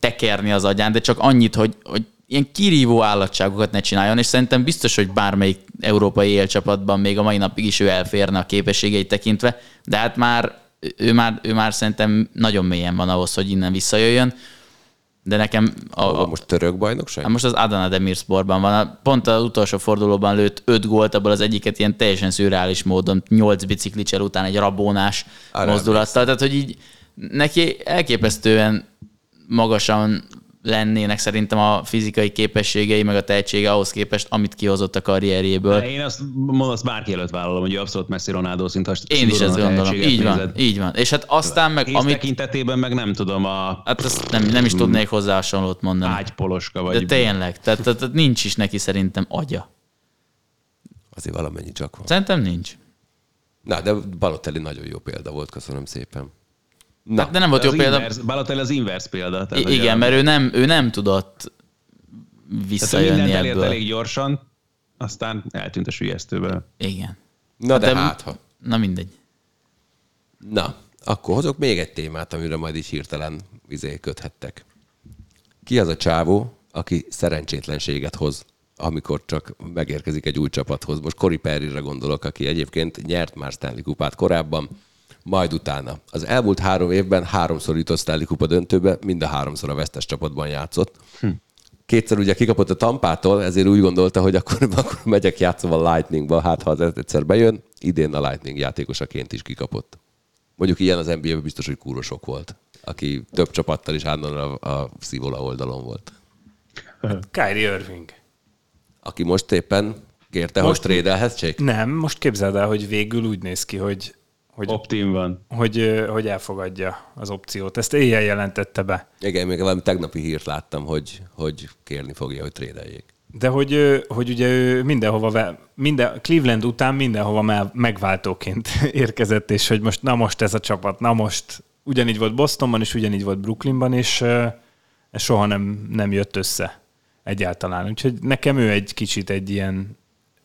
tekerni az agyán, de csak annyit, hogy, hogy ilyen kirívó állatságokat ne csináljon, és szerintem biztos, hogy bármelyik európai élcsapatban még a mai napig is ő elférne a képességeit tekintve, de hát már ő már, ő már szerintem nagyon mélyen van ahhoz, hogy innen visszajöjjön. De nekem... A, a, most török bajnokság? Most az Adana Demirsporban van. Pont az utolsó fordulóban lőtt öt gólt, abból az egyiket ilyen teljesen szürreális módon, nyolc biciklicsel után egy rabónás Arra mozdulattal. Tehát, hogy így neki elképesztően magasan lennének szerintem a fizikai képességei, meg a tehetsége ahhoz képest, amit kihozott a karrierjéből. Én azt mondom, azt bárki előtt vállalom, hogy abszolút Messi Ronaldo szint. Én is ezt gondolom. Így van, nézed. így van. És hát aztán meg... Hész amit... tekintetében meg nem tudom a... Hát azt nem, nem is tudnék hozzá hasonlót mondani. Ágypoloska vagy... De tényleg. Tehát, tehát, tehát nincs is neki szerintem agya. Azért valamennyi csak van. Szerintem nincs. Na, de Balotelli nagyon jó példa volt, köszönöm szépen. Na, hát de nem volt de jó példa. Inverse, Balotelli az inverse példa. Tehát, igen, mert ő nem, ő nem tudott visszajönni tehát, ebből. Mindent elég gyorsan, aztán eltűnt a sülyeztőből. Igen. Na hát de, de hát, ha. Na mindegy. Na, akkor hozok még egy témát, amire majd így hirtelen vizé köthettek. Ki az a csávó, aki szerencsétlenséget hoz, amikor csak megérkezik egy új csapathoz? Most Corey Perryre gondolok, aki egyébként nyert már Stanley kupát korábban, majd utána. Az elmúlt három évben háromszor jutott Stanley kupa döntőbe, mind a háromszor a vesztes csapatban játszott. Hm. Kétszer ugye kikapott a Tampától, ezért úgy gondolta, hogy akkor, akkor megyek játszom a Lightningba, hát ha az egyszer bejön, idén a Lightning játékosaként is kikapott. Mondjuk ilyen az en bé á-ben biztos, hogy kúros sok volt, aki több csapattal is állandóan a, a szívola oldalon volt. Kyrie Irving. Aki most éppen kérte, most hogy trédelhessék? Nem, most képzeld el, hogy végül úgy néz ki, hogy Hogy, Optim van. Hogy, hogy elfogadja az opciót. Ezt éjjel jelentette be. Igen, még valami tegnapi hírt láttam, hogy, hogy kérni fogja, hogy trédeljék. De hogy, hogy ugye ő mindenhova, minden, Cleveland után mindenhova megváltóként érkezett, és hogy most na most ez a csapat, na most ugyanígy volt Bostonban, és ugyanígy volt Brooklynban, és ez soha nem, nem jött össze egyáltalán. Úgyhogy nekem ő egy kicsit egy ilyen...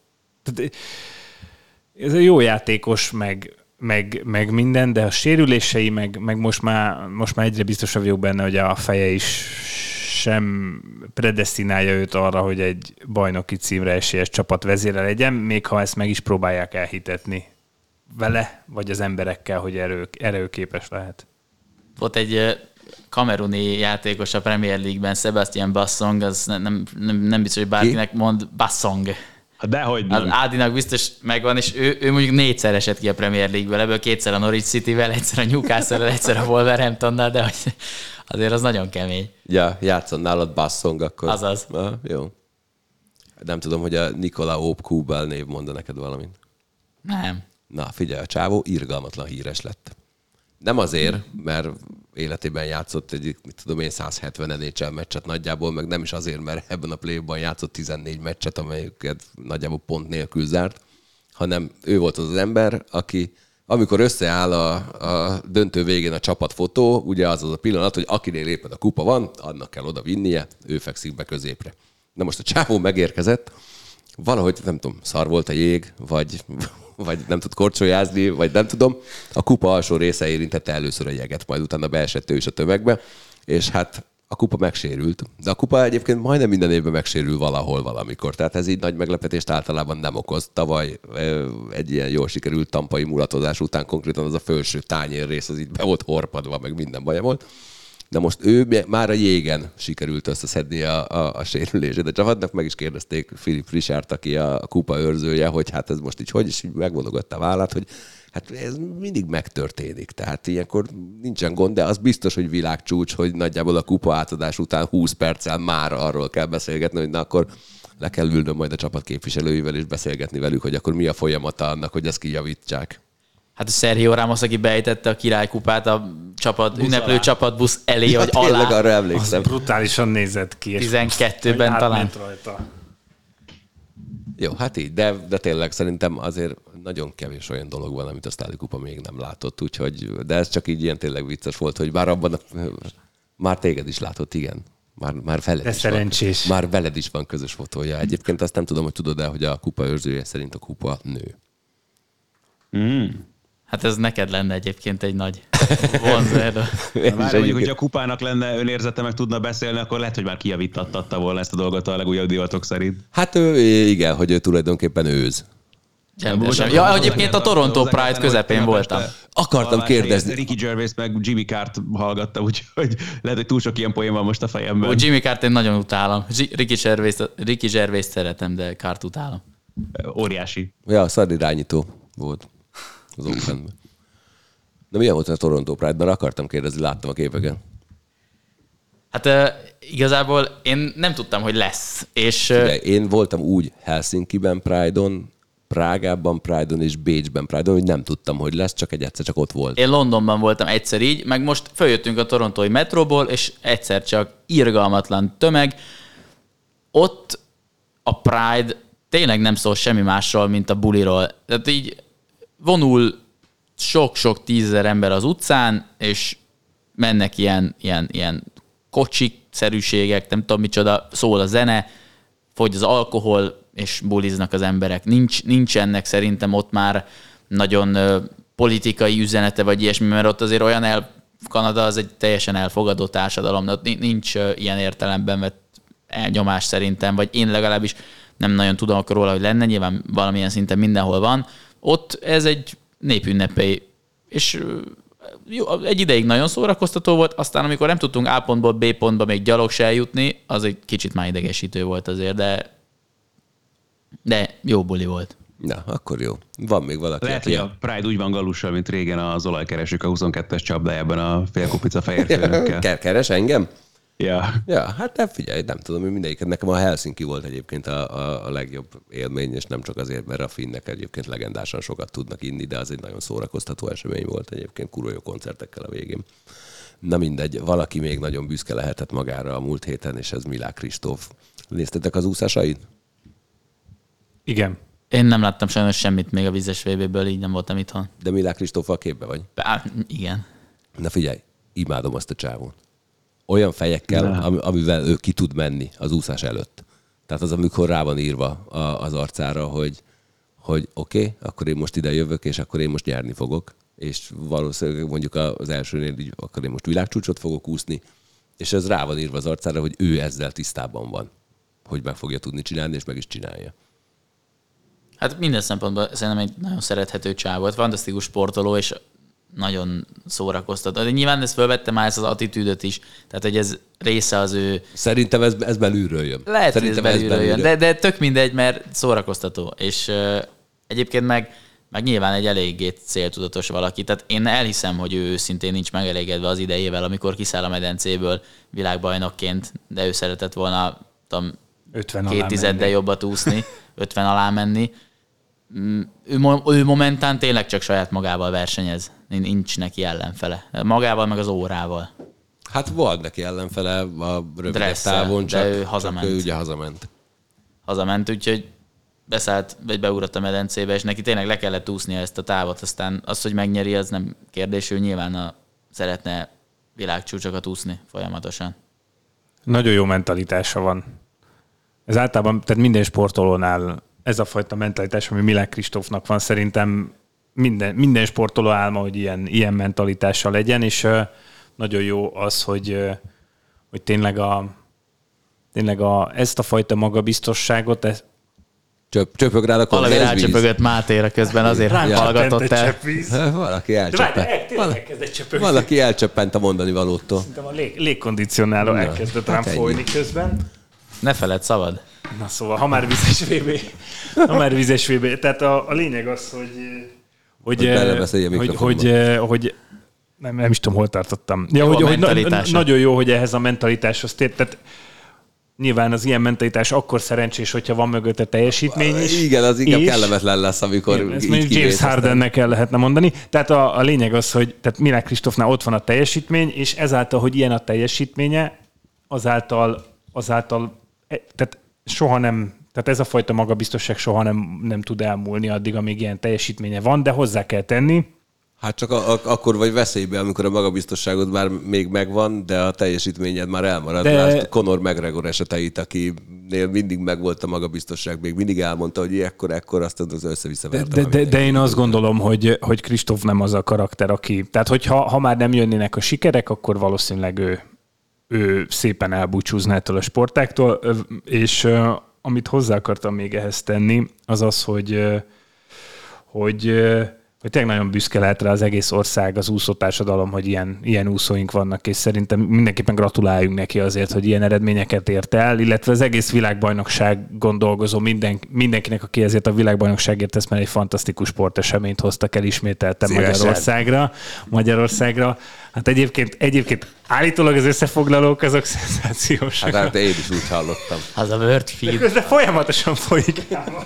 Ez egy jó játékos, meg Meg, meg minden, de a sérülései, meg, meg most, már, most már egyre biztosabb vagyok benne, hogy a feje is sem predesztinálja őt arra, hogy egy bajnoki címre esélyes csapat vezére legyen, még ha ezt meg is próbálják elhitetni vele, vagy az emberekkel, hogy erő, erőképes lehet. Volt egy kameruni játékos a Premier League-ben, Sebastian Bassong, az nem, nem, nem biztos, hogy bárkinek mond, Bassong. Dehogy nem. Az Ádinak biztos megvan, és ő, ő mondjuk négyszer esett ki a Premier League-ből, ebből kétszer a Norwich City-vel, egyszer a Newcastle-vel, egyszer a Wolverhamptonnal, de azért az nagyon kemény. Ja, játszon nálad Bassong, akkor... Azaz. Ah, jó. Nem tudom, hogy a Nikola Óp-Kubel név mondta neked valamit. Nem. Na, figyelj, a csávó irgalmatlan híres lett. Nem azért, mert életében játszott egy, mit tudom én, száz hetven en há el meccset nagyjából, meg nem is azért, mert ebben a play-ban játszott tizennégy meccset, amelyeket nagyjából pont nélkül zárt, hanem ő volt az az ember, aki amikor összeáll a, a döntő végén a csapatfotó, ugye az az a pillanat, hogy akinél éppen a kupa van, annak kell oda vinnie, ő fekszik be középre. Na most a csávó megérkezett, valahogy nem tudom, szar volt a jég, vagy... vagy nem tud korcsolyázni, vagy nem tudom. A kupa alsó része érintette először a jeget, majd utána beesett ő is a tömegbe, és hát a kupa megsérült. De a kupa egyébként majdnem minden évben megsérül valahol valamikor, tehát ez így nagy meglepetést általában nem okoz. Tavaly egy ilyen jól sikerült tampai mulatozás után konkrétan az a felső tányér rész, az így be volt horpadva, meg minden baja volt. De most ő már a jégen sikerült összeszedni a, a, a sérülését. De csapatnak meg is kérdezték Philip Richard, aki a kupa őrzője, hogy hát ez most így hogy, és így megvonogatta a vállát, hogy hát ez mindig megtörténik. Tehát ilyenkor nincsen gond, de az biztos, hogy világcsúcs, hogy nagyjából a kupa átadás után húsz perccel már arról kell beszélgetni, hogy na akkor le kell ülnöm majd a csapat képviselőivel és beszélgetni velük, hogy akkor mi a folyamata annak, hogy ezt kijavítsák. Hát a Sergio Ramos, aki beejtette a királykupát a csapat, ünneplő alá. Csapatbusz elé, ja, vagy alá. Tényleg arra emlékszem. Az brutálisan nézett ki. tizenkettőben talán. Rajta. Jó, hát így, de, de tényleg szerintem azért nagyon kevés olyan dolog van, amit a Stanley kupa még nem látott, úgyhogy, de ez csak így ilyen tényleg vicces volt, hogy már abban, a, már téged is látott, igen. Már, már veled de is szerencsés. Van, már veled is van közös fotója. Egyébként azt nem tudom, hogy tudod-e, hogy a kupa őrzője szerint a kupa nő. Mm. Hát ez neked lenne egyébként egy nagy vonzerő. Már mondjuk, hogy a kupának lenne önérzete, meg tudna beszélni, akkor lehet, hogy már kijavítatta volna ezt a dolgot a legújabb divatok szerint. Hát ő, igen, hogy ő tulajdonképpen őz. Csendesen. Ja, egyébként a Toronto Pride közepén voltam. Akartam kérdezni. Ricky Gervais meg Jimmy Carrt hallgatta, úgyhogy lehet, hogy túl sok ilyen poén van most a fejemben. Ó, Jimmy Carrt én nagyon utálom. Ricky Gervais, Ricky Gervais szeretem, de Carrt utálom. Óriási. Ja, szarirányító volt az Oaklandben. De milyen volt a Toronto Pride-ban? Akartam kérdezni, láttam a képeken. Hát uh, igazából én nem tudtam, hogy lesz. És, uh... Ugye, én voltam úgy Helsinki-ben Pride-on, Prágában Pride-on és Bécsben Pride-on, hogy nem tudtam, hogy lesz, csak egy egyszer csak ott volt. Én Londonban voltam egyszer így, meg most följöttünk a torontói metróból, és egyszer csak irgalmatlan tömeg. Ott a Pride tényleg nem szól semmi másról, mint a buliról. Tehát így vonul sok-sok tízezer ember az utcán, és mennek ilyen, ilyen, ilyen kocsik-szerűségek, nem tudom micsoda, szól a zene, fogy az alkohol, és buliznak az emberek. Nincs, nincs ennek szerintem ott már nagyon ö, politikai üzenete, vagy ilyesmi, mert ott azért olyan el, Kanada az egy teljesen elfogadó társadalom, de ott nincs ö, ilyen értelemben vett elnyomás szerintem, vagy én legalábbis nem nagyon tudom akkor róla, hogy lenne, nyilván valamilyen szinten mindenhol van. Ott ez egy népünnepé, és jó, egy ideig nagyon szórakoztató volt, aztán amikor nem tudtunk A pontból B pontba még gyalog se eljutni, az egy kicsit már idegesítő volt azért, de, de jó buli volt. Na, akkor jó. Van még valaki. Lehet, hogy a Pride úgy van galussal, mint régen az olajkeresők a huszonkettes csapdájában a félkupica fehér főnökkel. Keres engem? Ja. Ja, hát nem figyelj, nem tudom, hogy mindegyiket. Nekem a Helsinki volt egyébként a, a, a legjobb élmény, és nem csak azért, mert a finnek egyébként legendásan sokat tudnak inni, de az egy nagyon szórakoztató esemény volt egyébként, kurva jó koncertekkel a végén. Na mindegy, valaki még nagyon büszke lehetett magára a múlt héten, és ez Milák Kristóf. Néztetek az úszásait? Igen. Én nem láttam sajnos semmit még a vízes vé bé-ből, így nem voltam itthon. De Milák Kristóffal képbe vagy? Bá, igen. Na figyelj, imádom azt a csávót. Olyan fejekkel, am, amivel ő ki tud menni az úszás előtt. Tehát az, amikor rá van írva a, az arcára, hogy, hogy oké, okay, akkor én most ide jövök, és akkor én most nyerni fogok. És valószínűleg mondjuk az elsőnél így, akkor én most világcsúcsot fogok úszni, és ez rá van írva az arcára, hogy ő ezzel tisztában van. Hogy meg fogja tudni csinálni, és meg is csinálja. Hát minden szempontból szerintem egy nagyon szerethető csáv volt, fantasztikus sportoló, és nagyon szórakoztató. De nyilván ezt fölvette már ezt az attitűdöt is, tehát hogy ez része az ő... Szerintem ez, ez belülről jön. Lehet, Szerintem hogy ez belülről, ez belülről jön, de, de tök mindegy, mert szórakoztató. És uh, egyébként meg, meg nyilván egy eléggé céltudatos valaki. Tehát én elhiszem, hogy ő őszintén nincs megelégedve az idejével, amikor kiszáll a medencéből világbajnokként, de ő szeretett volna tudom, két tizeddel jobbat úszni, ötven alá menni. Ő, ő momentán tényleg csak saját magával versenyez. Nincs neki ellenfele. Magával, meg az órával. Hát volt neki ellenfele a rövidebb távon, csak, ő hazament. csak ő ugye hazament. Hazament, úgyhogy beszállt, vagy beugrott a medencébe, és neki tényleg le kellett úsznia ezt a távot. Aztán az, hogy megnyeri, az nem kérdés, ő nyilván a, szeretne világcsúcsokat úszni folyamatosan. Nagyon jó mentalitása van. Ez általában, tehát minden sportolónál ez a fajta mentalitás, ami Milák Kristófnak van, szerintem minden, minden sportoló álma, hogy ilyen, ilyen mentalitása legyen, és uh, nagyon jó az, hogy, uh, hogy tényleg, a, tényleg a, ezt a fajta magabiztosságot... Ez... Csöp, csöpög rád a valami rácsöpögött Mátéra közben, azért hallgatott el. Valaki elcsöppent. Valaki elcsöppent a mondani valótól. Szerintem a lég, légkondicionáló Na, elkezdett rám hát folyni közben. Ne feledd, szabad. Na szóval, ha már vizes vé bé, ha már vizes vé bé, tehát a, a lényeg az, hogy hogy, hogy, hogy, hogy, hogy nem, nem is tudom, hol tartottam. Ja, hogy, hogy na, nagyon jó, hogy ehhez a mentalitáshoz tér. Tehát nyilván az ilyen mentalitás akkor szerencsés, hogyha van mögötte teljesítmény is. Igen, az inkább kellemetlen lesz, amikor igen, így kivész. James Hardennek el lehetne mondani. Tehát a, a lényeg az, hogy tehát Milák Kristófnál ott van a teljesítmény, és ezáltal, hogy ilyen a teljesítménye, azáltal, azáltal tehát soha nem, tehát ez a fajta magabiztosság soha nem, nem tud elmúlni addig, amíg ilyen teljesítménye van, de hozzá kell tenni. Hát csak a, a, akkor vagy veszélybe, amikor a magabiztosságod már még megvan, de a teljesítményed már elmarad. De... Conor McGregor eseteit, aki mindig megvolt a magabiztosság, még mindig elmondta, hogy ekkor, ekkor azt az össze-vissza De, de, de, de én azt gondolom, hogy, hogy Kristóf nem az a karakter, aki... Tehát, hogyha ha már nem jönnének a sikerek, akkor valószínűleg ő, ő szépen elbúcsúzna ettől a sportáktól, és uh, amit hozzá akartam még ehhez tenni, az az, hogy, uh, hogy, uh, hogy tényleg nagyon büszke lehet rá az egész ország, az úszótársadalom, hogy ilyen, ilyen úszóink vannak, és szerintem mindenképpen gratuláljunk neki azért, hogy ilyen eredményeket ért el, illetve az egész világbajnokságon dolgozó minden, mindenkinek, aki ezért a világbajnokságért tesz, mert egy fantasztikus sporteseményt hoztak el ismételten Magyarországra. Magyarországra. Hát egyébként, egyébként állítólag az összefoglalók azok szenzációsak. Hát, hát én is úgy hallottam. Az a Wordfeed. De folyamatosan folyik.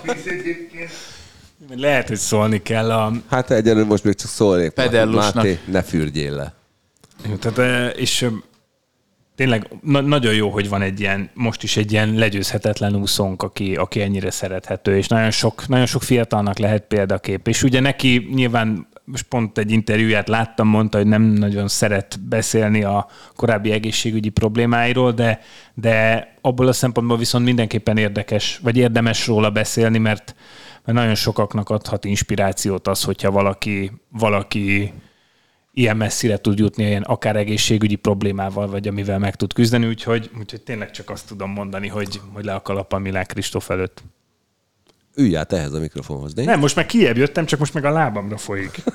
Lehet, hogy szólni kell a... Hát egyenlően most még csak szólnék. Pedellusnak. Máté, ne fürdjél le. Tehát, és tényleg na- nagyon jó, hogy van egy ilyen, most is egy ilyen legyőzhetetlen úszónk, aki, aki ennyire szerethető, és nagyon sok, nagyon sok fiatalnak lehet példakép. És ugye neki nyilván most pont egy interjúját láttam, mondta, hogy nem nagyon szeret beszélni a korábbi egészségügyi problémáiról, de, de abból a szempontból viszont mindenképpen érdekes, vagy érdemes róla beszélni, mert mert nagyon sokaknak adhat inspirációt az, hogyha valaki, valaki ilyen messzire tud jutni, ilyen akár egészségügyi problémával, vagy amivel meg tud küzdeni, úgyhogy, úgyhogy tényleg csak azt tudom mondani, hogy, hogy le a kalap a Milák Kristóf előtt. Ülj át ehhez a mikrofonhoz, de Nem, most meg kijebb jöttem, csak most meg a lábamra folyik.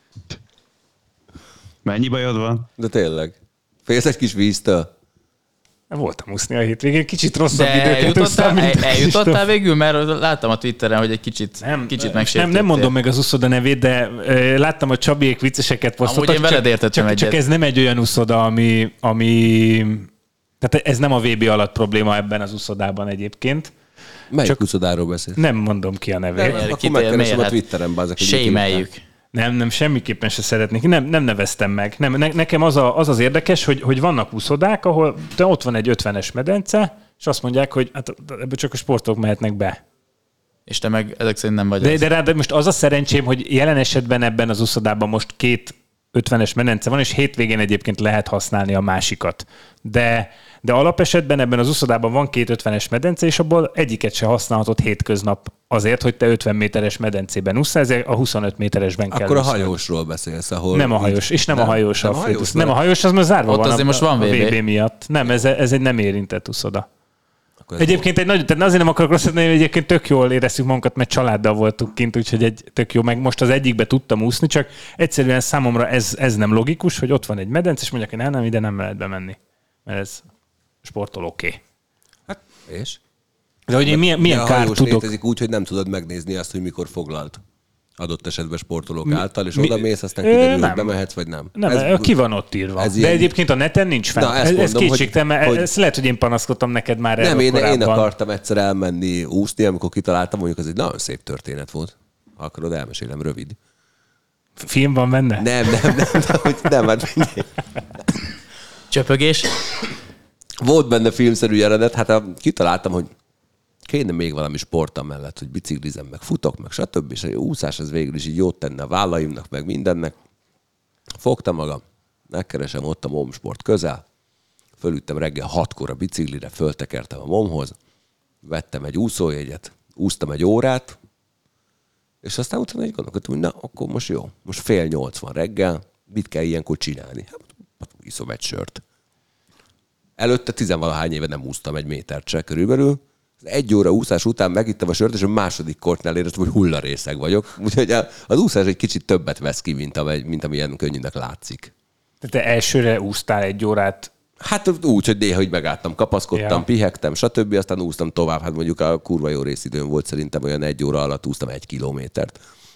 Mennyi bajod van? De tényleg. Félsz egy kis víztől? Voltam úszni a hétvégén, kicsit rosszabb De időket eljutottál, úsztam, mint el, eljutottál végül? Mert láttam a Twitteren, hogy egy kicsit, nem, kicsit nem, nem mondom meg az úszoda nevét, de uh, láttam a Csabiék vicceseket posztoltak. Amúgy én veled értettem csak, csak ez nem egy olyan úszoda, ami, ami... Tehát ez nem a vé bé alatt probléma ebben az úszodában egyébként. Melyik csak úszodáról beszélsz? Nem mondom ki a nevét. Nem, akkor megkeresem a Twitteren, bázak, hogy sémeljük. Nem, nem, semmiképpen se szeretnék. Nem, nem neveztem meg. Nem, ne, nekem az, a, az az érdekes, hogy, hogy vannak úszodák, ahol de ott van egy ötvenes medence, és azt mondják, hogy hát ebből csak a sportok mehetnek be. És te meg ezek szerint nem vagy de, az. de, rá, de most az a szerencsém, hogy jelen esetben ebben az úszodában most két ötvenes medence van, és hétvégén egyébként lehet használni a másikat. De, de alapesetben ebben az úszodában van két ötvenes medence, és abból egyiket se használhatod hétköznap azért, hogy te ötven méteres medencében úsz, ezért a huszonöt méteresben kell. Akkor a úsznod. hajósról beszélsz, ahol... Nem a hajós, és nem, nem a hajós. Nem a, a hajós, nem a hajós, az már zárva ott van azért a, most van a vé bé. vé bé miatt. Nem, ez, ez egy nem érintett úszoda. Akkor Egyébként egy nagy, tehát azért nem akarok rosszat mondani, hogy egyébként tök jól éreztük magunkat, mert családdal voltunk kint, úgyhogy egy tök jó, meg most az egyikbe tudtam úszni, csak egyszerűen számomra ez, ez nem logikus, hogy ott van egy medence, és mondják, hogy nem, nem, ide nem lehet bemenni, mert ez sportolóké. Hát, és? De hogy én milyen, milyen a kárt hajós tudok... létezik úgy, hogy nem tudod megnézni azt, hogy mikor foglalt adott esetben sportolók mi, által, és mi, oda mész, aztán kiderül, nem. hogy bemehetsz, vagy nem. Nem, ez, ki van ott írva. De ilyen... egyébként a neten nincs fent. Na, ez, ez mondom, kétségtelen, mert hogy... ezt lehet, hogy én panaszkodtam neked már nem, erről én, korábban. én akartam egyszer elmenni úszni, amikor kitaláltam, mondjuk ez egy nagyon szép történet volt. Ha akarod, elmesélem rövid. Film van benne? Nem, nem, nem, nem, nem hát mindegy. Csöpögés? Volt benne filmszerű jelenet, hát a, kitaláltam, hogy kéne még valami sportam mellett, hogy biciklizem, meg futok, meg stb. És a úszás az végül is így jót tenne a vállaimnak, meg mindennek. Fogtam magam, megkeresem ott a momsport közel, fölüttem reggel hatkor a biciklire, föltekertem a momhoz, vettem egy úszójegyet, úsztam egy órát, és aztán utána így gondolkodtam, hogy na, akkor most jó, most fél nyolc van reggel, mit kell ilyenkor csinálni? Hát, iszom egy sört. Előtte tizenvalahány éve nem úsztam egy métert se körülbelül. Egy óra úszás után megittem a sört, és a második kortnál éreztem, hogy hullarészeg vagyok. Úgyhogy az úszás egy kicsit többet vesz ki, mint, amely, mint amilyen könnyűnek látszik. Te elsőre úsztál egy órát? Hát úgy, hogy néha hogy megálltam, kapaszkodtam, ja. pihegtem, stb. Aztán úsztam tovább. Hát mondjuk a kurva jó részidőm volt, szerintem olyan egy óra alatt úsztam egy kilométert.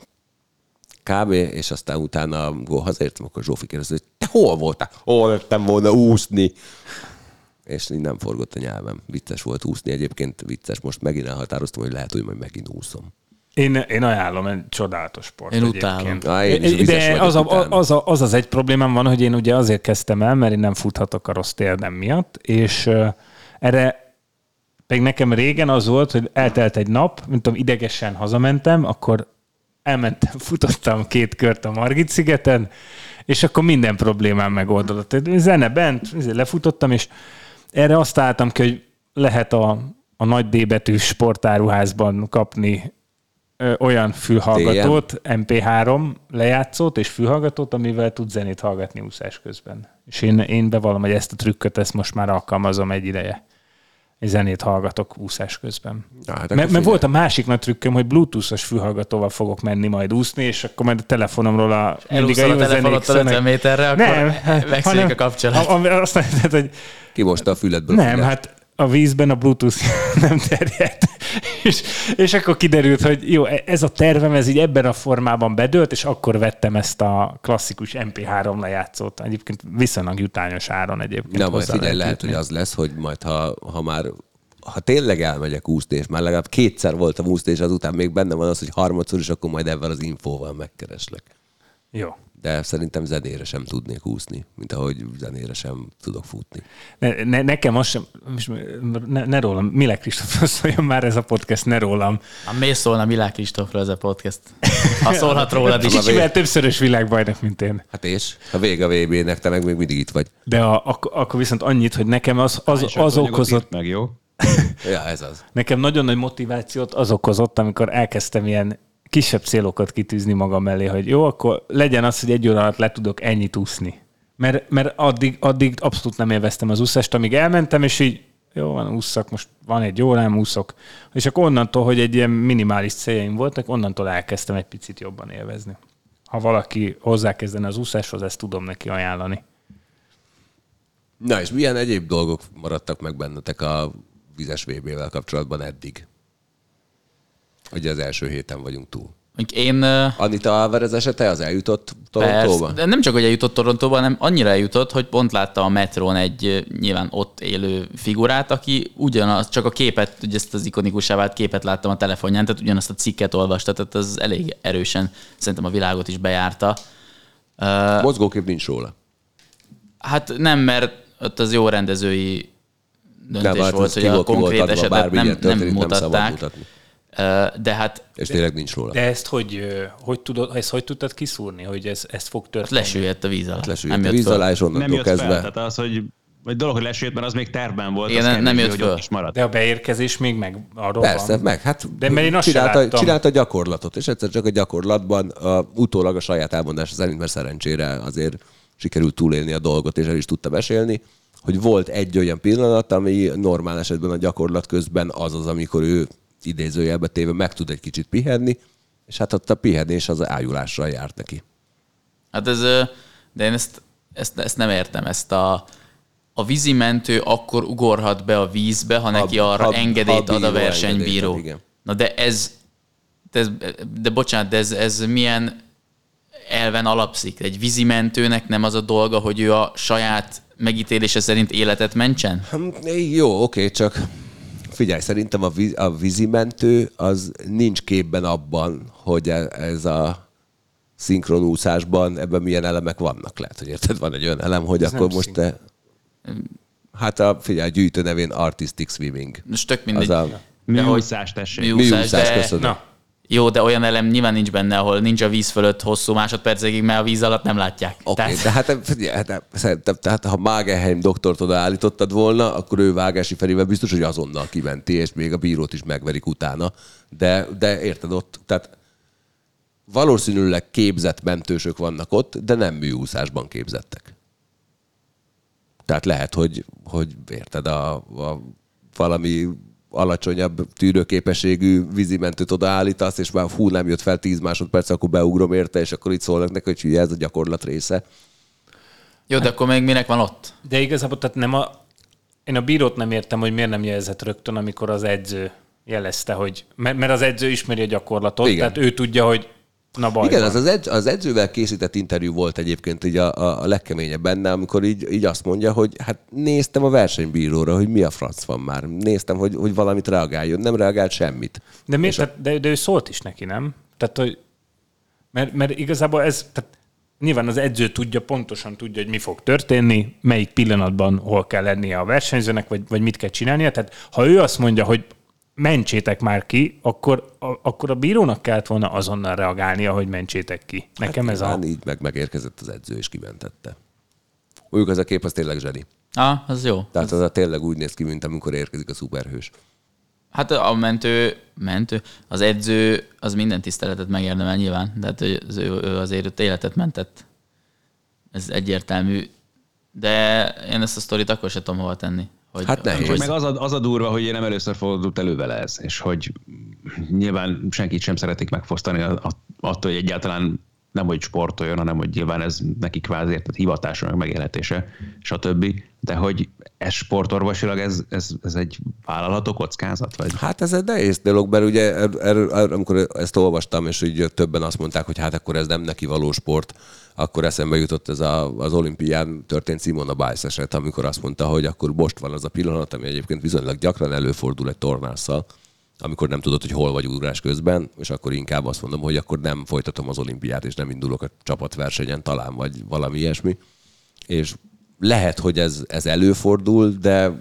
Kb. És aztán utána, amikor hazaértem, akkor Zsófi kérdezte, hogy te hol voltál? Hol lettem volna úszni? És így nem forgott a nyelvem. Vicces volt úszni egyébként, vicces. Most megint elhatároztam, hogy lehet, hogy majd megint úszom. Én, én ajánlom, egy csodálatos sport. Én utálom. Á, én is de az, a, az, a, az az egy problémám van, hogy én ugye azért kezdtem el, mert én nem futhatok a rossz térdem miatt, és uh, erre pedig nekem régen az volt, hogy eltelt egy nap, mint tudom, idegesen hazamentem, akkor elmentem, futottam két kört a Margit-szigeten, és akkor minden problémám megoldódott. Zene bent, lefutottam, és erre azt álltam ki, hogy lehet a a nagy D betűs sportáruházban kapni ö, olyan fülhallgatót, té em pé három lejátszót és fülhallgatót, amivel tud zenét hallgatni úszás közben. És én, én bevallom, hogy ezt a trükköt ezt most már alkalmazom egy ideje. Egy zenét hallgatok úszás közben. Hát mert mert volt a másik nagy trükköm, hogy bluetooth-os fülhallgatóval fogok menni majd úszni, és akkor majd a telefonomról a... Elúszol a telefonot ötven méterre, akkor nem, megszűnik a kapcsolat. A, a, azt mondtad, hogy... Kimosta a füledből. Nem, fület. Hát a vízben a Bluetooth nem terjedt. és, és akkor kiderült, hogy jó, ez a tervem, ez így ebben a formában bedőlt, és akkor vettem ezt a klasszikus em pé három lejátszót. Egyébként viszonylag jutányos áron egyébként. Na, majd figyelj, lehet, jutni. Hogy az lesz, hogy majd ha, ha már ha tényleg elmegyek úszni, és már legalább kétszer voltam úszni, és azután még benne van az, hogy harmadszor is, akkor majd ebben az infóval megkereslek. Jó. De szerintem zenére sem tudnék úszni, mint ahogy zenére sem tudok futni. Ne, ne, nekem az sem, ne, ne rólam, Milák Kristófról szóljon már ez a podcast, ne rólam. A miért szólna Milák Kristófról ez a podcast? Ha szólhat rólad is. Kicsivel többszörös világbajnok, mint én. Hát és? Ha vége a vé bé-nek, te meg még mindig itt vagy. De a, ak- akkor viszont annyit, hogy nekem az, az, az, az okozott... Meg, jó? Ja, ez az. Nekem nagyon nagy motivációt az okozott, amikor elkezdtem ilyen kisebb célokat kitűzni magam mellé, hogy jó, akkor legyen az, hogy egy óra alatt le tudok ennyit úszni. Mert, mert addig, addig abszolút nem élveztem az úszást, amíg elmentem, és így jó, van, ússzak, most van egy órám, úszok. És akkor onnantól, hogy egy ilyen minimális céljaim voltak, onnantól elkezdtem egy picit jobban élvezni. Ha valaki hozzákezdene az úszáshoz, ezt tudom neki ajánlani. Na és milyen egyéb dolgok maradtak meg bennetek a vizes vé bével kapcsolatban eddig? Ugye az első héten vagyunk túl. Én... Anita Alvarez esete az eljutott Torontóba? De nem csak, hogy eljutott Torontóba, hanem annyira eljutott, hogy pont látta a metrón egy nyilván ott élő figurát, aki ugyanaz, csak a képet, ugye ezt az ikonikussá vált képet láttam a telefonján, tehát ugyanazt a cikket olvasta, tehát az elég erősen szerintem a világot is bejárta. Mozgókép nincs róla. Hát nem, mert ott az jó rendezői döntés nem, volt, hogy a konkrét esetet nem, nem mutatták. Nem de hát... És tényleg nincs róla. De ezt hogy, hogy, tudod, ezt hogy tudtad kiszúrni, hogy ez, ez fog történni? Hát lesüllyedt a víz alá. Hát lesüllyedt a víz alá, és onnantól kezdve. Fel. Tehát az, hogy vagy dolog, hogy lesüllyedt, mert az még tervben volt. Igen, nem, nem jött föl. De a beérkezés még meg arról Persze, van. meg. Hát de mert én azt csinálta, csinálta a gyakorlatot, és egyszer csak a gyakorlatban a, utólag a saját elmondása szerint, mert szerencsére azért sikerült túlélni a dolgot, és el is tudta mesélni, hogy volt egy olyan pillanat, ami normál esetben a gyakorlat közben az az, amikor ő idézőjelbe téve meg tud egy kicsit pihenni, és hát ott a pihenés az ájulással járt neki. Hát ez, de én ezt, ezt, ezt nem értem, ezt a, a vízimentő akkor ugorhat be a vízbe, ha neki arra ha, engedélyt ha ad a versenybíró. Na de ez, de, ez, de bocsánat, de ez, ez milyen elven alapszik? Egy vízimentőnek nem az a dolga, hogy ő a saját megítélése szerint életet mentsen? Jó, oké, csak figyelj, szerintem a, víz, a vízimentő az nincs képben abban, hogy ez a szinkronúszásban ebben milyen elemek vannak. Lehet, hogy érted, van egy olyan elem, hogy ez akkor most te... Hát a, figyelj, gyűjtő nevén Artistic Swimming. Most tök mindegy. A... Műúszás, tessék. Műúszás, de... köszönöm. Na. Jó, de olyan elem nyilván nincs benne, ahol nincs a víz fölött hosszú másodpercekig, mert a víz alatt nem látják. Oké, okay, tehát... de hát, figyelj, hát szerintem, tehát ha Magenheim doktort odaállítottad volna, akkor ő Vágási Ferivel biztos, hogy azonnal kimenti, és még a bírót is megverik utána. De, de érted ott, tehát valószínűleg képzett mentősök vannak ott, de nem műúszásban képzettek. Tehát lehet, hogy, hogy érted, a, a valami alacsonyabb tűrőképességű vízimentőt odaállítasz, és már hú, nem jött fel tíz másodperc, akkor beugrom érte, és akkor itt szólnak neki, hogy hülye, ez a gyakorlat része. Jó, de akkor még minek van ott? De igazából, tehát nem a... Én a bírót nem értem, hogy miért nem jelzett rögtön, amikor az edző jelezte, hogy... Mert az edző ismeri a gyakorlatot, igen. Tehát ő tudja, hogy na baj igen, van. az, az, edz, az edzővel készített interjú volt egyébként így a, a, a legkeményebb benne, amikor így, így azt mondja, hogy hát néztem a versenybíróra, hogy mi a franc van már. Néztem, hogy, hogy valamit reagáljon. Nem reagált semmit. De, miért, a... de, de ő szólt is neki, nem? Tehát, hogy... Mert, mert igazából ez... Tehát nyilván az edző tudja, pontosan tudja, hogy mi fog történni, melyik pillanatban hol kell lennie a versenyzőnek, vagy, vagy mit kell csinálnia. Tehát ha ő azt mondja, hogy mentsétek már ki, akkor a, akkor a bírónak kellett volna azonnal reagálnia, hogy mentsétek ki. Nekem hát ez a... így meg megérkezett az edző, és kimentette. Mondjuk az a kép, az tényleg zseni. Ah, az jó. Tehát az a tényleg úgy néz ki, mint amikor érkezik a szuperhős. Hát a mentő, mentő, az edző az minden tiszteletet megérdemel nyilván, tehát ő, ő azért ott életet mentett. Ez egyértelmű. De én ezt a sztorit akkor sem tudom hova tenni. Hogy, hát nehéz. Hogy meg az a, az a durva, hogy én nem először fordult elő vele ez, és hogy nyilván senkit sem szeretik megfosztani attól, hogy egyáltalán nem, hogy sportoljon, hanem hogy nyilván ez neki kvázi érted hivatása, meg megélhetése, stb. De hogy ez sportorvosilag, ez, ez, ez egy vállalható kockázat? Vagy? Hát ez egy nehéz dolog, mert ugye erről, amikor ezt olvastam, és ugye többen azt mondták, hogy hát akkor ez nem neki való sport, akkor eszembe jutott ez a, az olimpián történt Simona Biles eset, amikor azt mondta, hogy akkor most van az a pillanat, ami egyébként viszonylag gyakran előfordul egy tornásszal, amikor nem tudod, hogy hol vagy ugrás közben, és akkor inkább azt mondom, hogy akkor nem folytatom az olimpiát, és nem indulok a csapatversenyen talán, vagy valami ilyesmi. És lehet, hogy ez, ez előfordul, de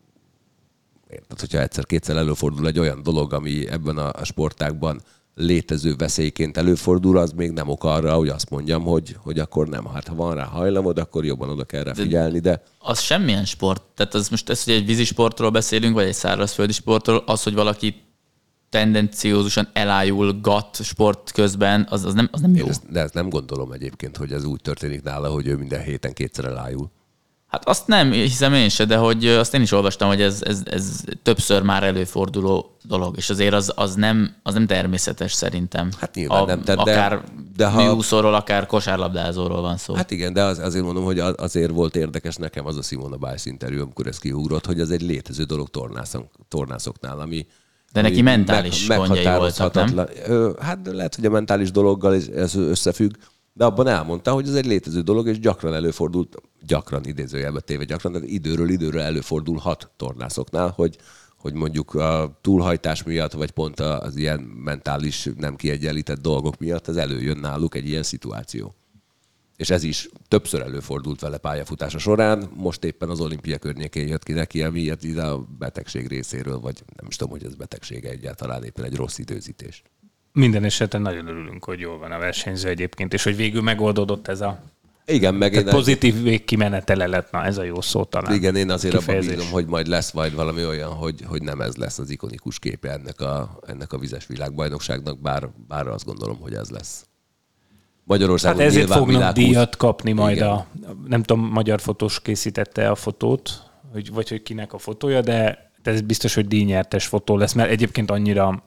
érted, hogyha egyszer-kétszer előfordul egy olyan dolog, ami ebben a sportágban létező veszélyként előfordul, az még nem ok arra, hogy azt mondjam, hogy, hogy akkor nem. Hát ha van rá hajlamod, akkor jobban oda kell rá figyelni, de... Az semmilyen sport. Tehát az most ez, hogy egy vízisportról beszélünk, vagy egy szárazföldi sportról, az, hogy valaki tendenciózusan elájulgat sport közben, az, az, nem, az nem jó. Ezt, de ezt nem gondolom egyébként, hogy ez úgy történik nála, hogy ő minden héten kétszer elájul. Hát azt nem hiszem én se, de hogy azt én is olvastam, hogy ez, ez, ez többször már előforduló dolog, és azért az, az, nem, az nem természetes szerintem. Hát nyilván a, nem. De, akár de ha... műúszóról, akár kosárlabdázóról van szó. Hát igen, de az, azért mondom, hogy azért volt érdekes nekem az a Simona Biles interjú, amikor ez kiugrott, hogy ez egy létező dolog tornászok, tornászoknál, ami de neki mentális meg, gondjai voltak, nem? Hát lehet, hogy a mentális dologgal ez összefügg, de abban elmondta, hogy ez egy létező dolog, és gyakran előfordult, gyakran idézőjelbe téve gyakran, de időről időről előfordulhat tornászoknál, hogy, hogy mondjuk a túlhajtás miatt, vagy pont az ilyen mentális, nem kiegyenlített dolgok miatt ez előjön náluk egy ilyen szituáció. És ez is többször előfordult vele pályafutása során, most éppen az olimpia környékén jött ki neki, ami ide a betegség részéről, vagy nem is tudom, hogy ez betegsége egyáltalán, éppen egy rossz időzítés. Minden esetben nagyon örülünk, hogy jól van a versenyző egyébként, és hogy végül megoldódott ez a igen, meg én pozitív végkimenetele lett, na ez a jó szó talán. Igen, én azért abban bízom, hogy majd lesz majd valami olyan, hogy, hogy nem ez lesz az ikonikus képe ennek a, ennek a vizes világbajnokságnak, bár, bár azt gondolom, hogy ez lesz. Magyarországon hát ezért fognak világhúsz... díjat kapni majd igen. a, nem tudom, magyar fotós készítette a fotót, hogy, vagy hogy kinek a fotója, de ez biztos, hogy díjnyertes fotó lesz, mert egyébként annyira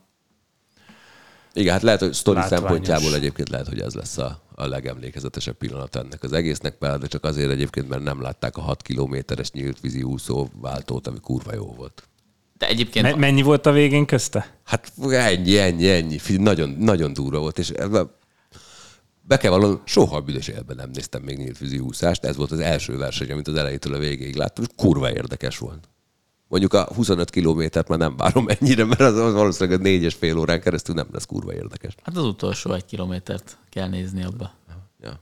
igen, hát lehet, hogy sztori szempontjából egyébként lehet, hogy ez lesz a, a legemlékezetesebb pillanat ennek az egésznek, de csak azért egyébként, mert nem látták a hat kilométeres nyílt vízi úszó váltót, ami kurva jó volt. De egyébként... Me- mennyi volt a végén közte? Hát ennyi, ennyi, ennyi. Nagyon, nagyon durva volt, és be kell valami, soha a büdös életben nem néztem még nyílt vízi úszást, ez volt az első verseny, amit az elejétől a végéig láttam, és kurva érdekes volt. Mondjuk a huszonöt kilométert már nem várom ennyire, mert az, az valószínűleg a négy és fél órán keresztül nem lesz kurva érdekes. Hát az utolsó egy kilométert kell nézni abba. Ja.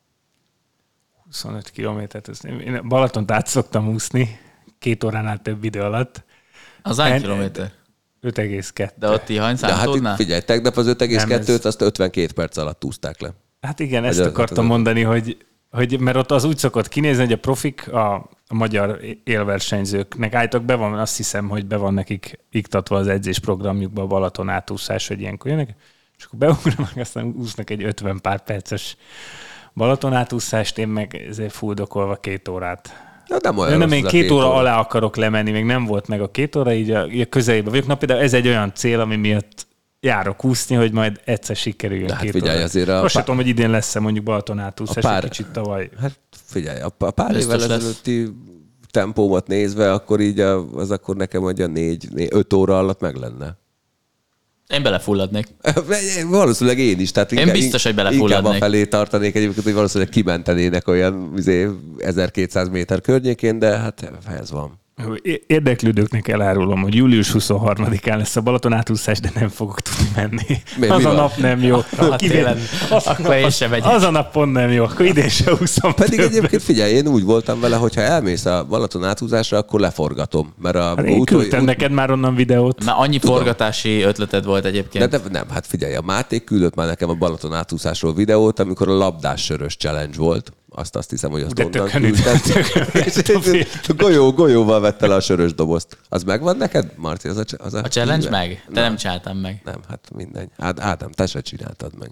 huszonöt kilométert, ezt én Balatont át szoktam úszni, két óránál több idő alatt. Az hány kilométer? öt egész kettő. De ott így hanyszámtódnál? Hát figyelj, tegnap az öt egész kettőt azt ötvenkét perc alatt úszták le. Hát igen, ezt az, akartam az mondani, hogy, hogy mert ott az úgy szokott kinézni, hogy a profik, a, a magyar élversenyzőknek állítok be van, azt hiszem, hogy be van nekik iktatva az edzésprogramjukba a Balaton átúszás, hogy ilyenkor jönnek, és akkor beugranak, aztán úsznak egy ötven pár perces Balaton átúszást, én meg ezért fuldokolva két órát. Ja, nem olyan de nem, én két, két óra, óra alá akarok lemenni, még nem volt meg a két óra, így a, a közelében vagyok. Na például ez egy olyan cél, ami miatt járok úszni, hogy majd egyszer sikerüljön hát két figyelj, óra. azért a Most pár... tudom, hogy idén lesz-e mondjuk Balaton átúszás, pár... egy kicsit tavaly. Hát figyelj, a pár évvel ezelőtti tempómat nézve, akkor így a, az akkor nekem hogy a négy, négy, öt óra alatt meg lenne. Én belefulladnék. Valószínűleg én is. Tehát én inkább, biztos, hogy belefulladnék. Inkább a felé tartanék egyébként, hogy valószínűleg kimentenének olyan izé, ezerkétszáz méter környékén, de hát ez van. Érdeklődőknek elárulom, hogy július huszonharmadikán lesz a Balaton átúszás, de nem fogok tudni menni. Mi, az mi a van? Nap nem jó. Hát télen, az, akkor én sem megyek. Az a nap pont nem jó, akkor idén se úszom. Pedig többet. Egyébként figyelj, én úgy voltam vele, hogyha elmész a Balaton átúzásra, akkor leforgatom. Mert a hát én küldtem út... neked már onnan videót. Már annyi tudom. Forgatási ötleted volt egyébként. De, de nem, hát figyelj, a Máté küldött már nekem a Balaton átúszásról videót, amikor a labdás sörös challenge volt, Azt azt hiszem, hogy azt de onnan küldtem. Golyó, golyóval vette le a sörös dobozt. Az megvan neked, Marci? Az a, az a, a challenge híve? meg? Te nem csináltam meg. Nem, hát mindegy. Hát Ádám, te se csináltad meg.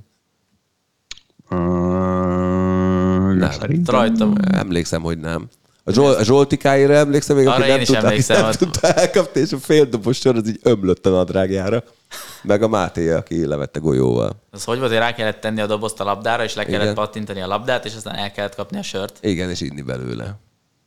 Uh, nem. Rajtam. Emlékszem, hogy nem. A, Zsol, a Zsoltikáira emlékszem, még aki nem tudta, nem tudta elkapni, és a fél dobos sor az így ömlött a nadrágjára. Meg a Máté, aki levette golyóval. Az hogy volt, hogy rá kellett tenni a dobozt a labdára, és le kellett Igen. pattintani a labdát, és aztán el kellett kapni a sört? Igen, és inni belőle.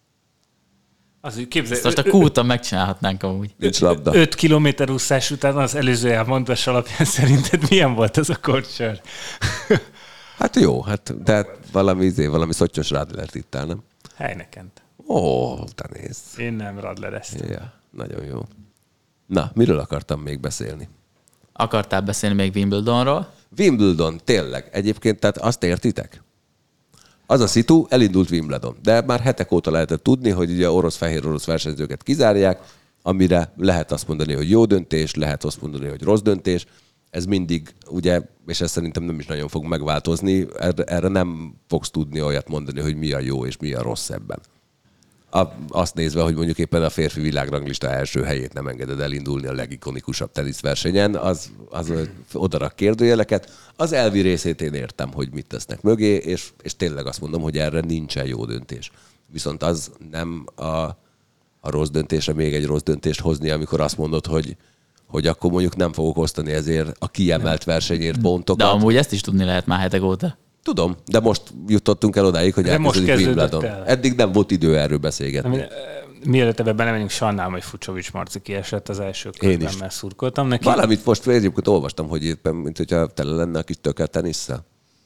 Az, képzelj, most a kúton megcsinálhatnánk amúgy. Nincs labda. öt kilométer úszás után az előző elmondás alapján szerinted milyen volt az a kortsör? Hát jó, hát, de valami izé, valami szottyos Radlert ittál, nem? Heinekent. Ó, te nézd. Én nem Radlereztem. Ja, nagyon jó. Na, miről akartam még beszélni? Akartál beszélni még Wimbledonról? Wimbledon, tényleg. Egyébként, tehát azt értitek? Az a szitu, elindult Wimbledon. De már hetek óta lehetett tudni, hogy ugye orosz-fehér-orosz versenyzőket kizárják, amire lehet azt mondani, hogy jó döntés, lehet azt mondani, hogy rossz döntés. Ez mindig, ugye, és ez szerintem nem is nagyon fog megváltozni, erre, erre nem fogsz tudni olyat mondani, hogy mi a jó és mi a rossz ebben. A, azt nézve, hogy mondjuk éppen a férfi világranglista első helyét nem engeded elindulni a legikonikusabb teniszversenyen, az, az odarak kérdőjeleket. Az elvi részét én értem, hogy mit tesznek mögé, és, és tényleg azt mondom, hogy erre nincsen jó döntés. Viszont az nem a, a rossz döntésre még egy rossz döntést hozni, amikor azt mondod, hogy hogy akkor mondjuk nem fogok osztani ezért a kiemelt versenyért pontokat. De amúgy ezt is tudni lehet már hetek óta. Tudom, de most jutottunk el odáig, hogy elkezdődik Wimbledon. Eddig nem volt idő erről beszélgetni. Mielőtt ebbe belemegyünk, sajnálom, hogy Fucsovics Marci kiesett az első körben, mert szurkoltam neki. Valamit most egyébként olvastam, hogy éppen, mint hogyha tele lenne a kis tökkel tenisszel.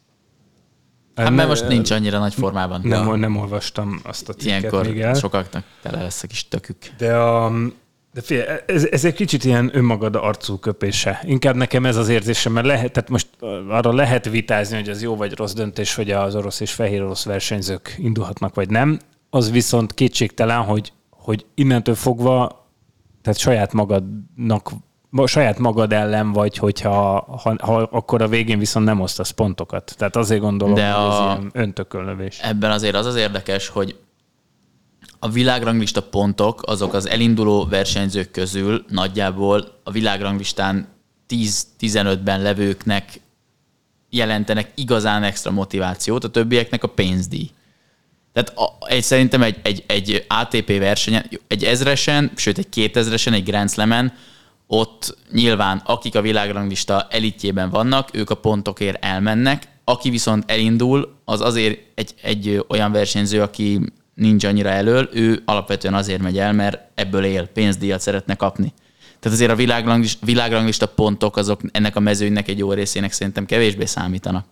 Hát mert most nincs annyira nagy formában. Nem, ja. nem olvastam azt a cikket Ilyenkor még el. sokaknak tele lesz a kis tökük. De a... De figyelj, ez, ez egy kicsit ilyen önmagad arcú köpése. Inkább nekem ez az érzésem, mert lehet, tehát most arra lehet vitázni, hogy az jó vagy rossz döntés, hogy az orosz és fehér orosz versenyzők indulhatnak, vagy nem. Az viszont kétségtelen, hogy, hogy innentől fogva, tehát saját magadnak, saját magad ellen vagy, hogyha ha, ha, akkor a végén viszont nem osztasz pontokat. Tehát azért gondolom, de hogy a... ez ilyen öntökölnövés. Ebben azért az az érdekes, hogy a világranglista pontok, azok az elinduló versenyzők közül nagyjából a világranglistán tíz-tizenötben levőknek jelentenek igazán extra motivációt, a többieknek a pénzdíj. Tehát a, egy, szerintem egy, egy, egy á té pé versenyen, egy ezresen, sőt egy kétezresen, egy Grand Slamen, ott nyilván akik a világranglista elitjében vannak, ők a pontokért elmennek, aki viszont elindul, az azért egy, egy olyan versenyző, aki nincs annyira elől, ő alapvetően azért megy el, mert ebből él, pénzdíjat szeretne kapni. Tehát azért a világranglista, világranglista pontok azok ennek a mezőnynek egy jó részének szerintem kevésbé számítanak.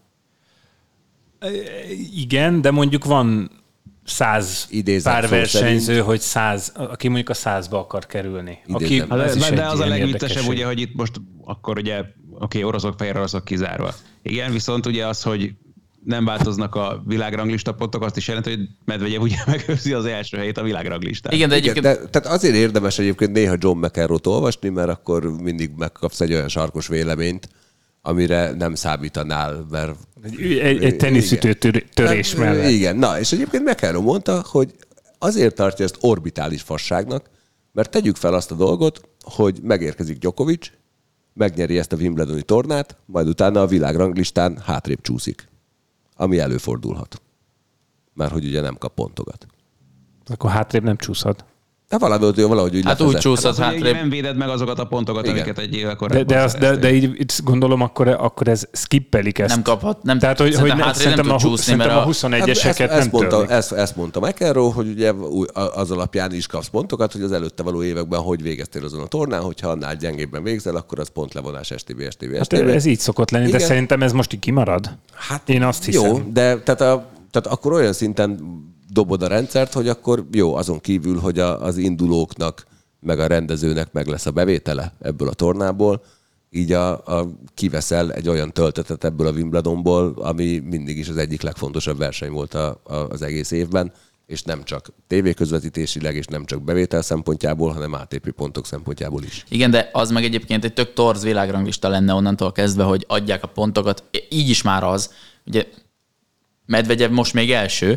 Igen, de mondjuk van száz idézett pár versenyző, szerint, hogy száz, aki mondjuk a százba akar kerülni. Aki, az de, de az a legviccesebb, ugye, hogy itt most akkor ugye, oké, okay, oroszok, fehér oroszok kizárva. Igen, viszont ugye az, hogy nem változnak a világranglista pontok, azt is jelenti, hogy Medvegyev ugye megőrzi az első helyét a világranglistán. Igen, de egyébként... Igen, de, tehát azért érdemes egyébként néha John McEnroe-t olvasni, mert akkor mindig megkapsz egy olyan sarkos véleményt, amire nem számítanál, mert... Egy, egy, egy teniszütő törés hát, mellett. Igen, na, és egyébként McEnroe mondta, hogy azért tartja ezt orbitális fasságnak, mert tegyük fel azt a dolgot, hogy megérkezik Djokovic, megnyeri ezt a Wimbledoni tornát, majd utána a világranglistán hátrébb csúszik. Ami előfordulhat. Már hogy ugye nem kap pontokat. Akkor hátrébb nem csúszhat. De valahogy, valahogy úgy hát úgy csúszhat hát hátrébb. Nem véded meg azokat a pontokat, igen, amiket egy évvel korábban. De, de, az, de, de így itt gondolom, akkor, akkor ez skippelik ezt. Nem kaphat. Nem, Tehát, hogy, hogy nem, szerintem, nem a, csúszni, szerintem a huszonegyeseket ezt, ezt nem mondta, ezt, ezt mondta McEnroe, hogy ugye az alapján is kapsz pontokat, hogy az előtte való években hogy végeztél azon a tornán, hogyha annál gyengébben végzel, akkor az pontlevonás es té bé, es té bé, es té bé. Hát ez így szokott lenni, igen. De szerintem ez most így kimarad. Hát én azt hiszem. Jó, de tehát, a, tehát akkor olyan szinten dobod a rendszert, hogy akkor jó, azon kívül, hogy a, az indulóknak, meg a rendezőnek meg lesz a bevétele ebből a tornából, így a, a kiveszel egy olyan töltetet ebből a Wimbledonból, ami mindig is az egyik legfontosabb verseny volt a, a, az egész évben, és nem csak tévéközvetítésileg, és nem csak bevétel szempontjából, hanem á té pé pontok szempontjából is. Igen, de az meg egyébként egy tök torz világranglista lenne onnantól kezdve, hogy adják a pontokat. Így is már az. Ugye Medvegyev most még első,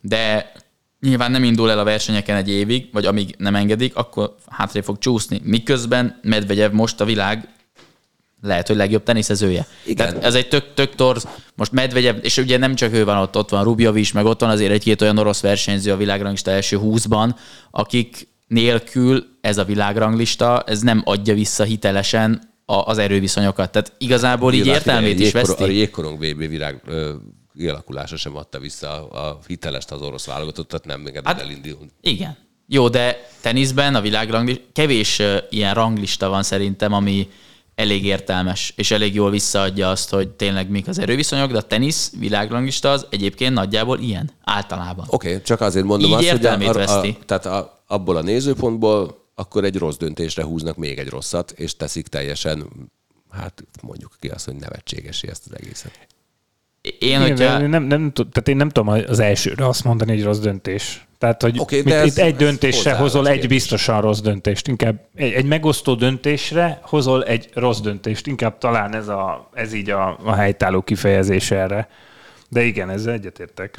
de nyilván nem indul el a versenyeken egy évig, vagy amíg nem engedik, akkor hátrébb fog csúszni. Miközben Medvegyev most a világ lehet, hogy legjobb teniszezője. Igen. Tehát ez egy tök, tök torz. Most Medvegyev, és ugye nem csak ő van ott, ott van Rubjov is, meg ott van azért egy-két olyan orosz versenyző a világranglista első húszban, akik nélkül ez a világranglista, ez nem adja vissza hitelesen az erőviszonyokat. Tehát igazából így értelmét is veszti. A jégkorong vé bé világ kialakulása sem adta vissza a hitelest az orosz válogatottat, nem engedett hát, elindulni. Igen. Jó, de teniszben a világranglista, kevés uh, ilyen ranglista van szerintem, ami elég értelmes, és elég jól visszaadja azt, hogy tényleg mik az erőviszonyok, de a tenisz világranglista az egyébként nagyjából ilyen, általában. Oké, okay, csak azért mondom így azt, hogy a, a, a, tehát a, abból a nézőpontból akkor egy rossz döntésre húznak még egy rosszat, és teszik teljesen, hát mondjuk ki azt, hogy nevetségesé ezt az egészet. Én, hogyha... nem, nem, tehát én nem tudom az elsőre azt mondani, hogy rossz döntés. Tehát, hogy okay, mit, itt egy döntésre hozol egy biztosan rossz döntést. Inkább egy, egy megosztó döntésre hozol egy rossz döntést. Inkább talán ez, a, ez így a, a helytálló kifejezés erre. De igen, ezzel egyetértek.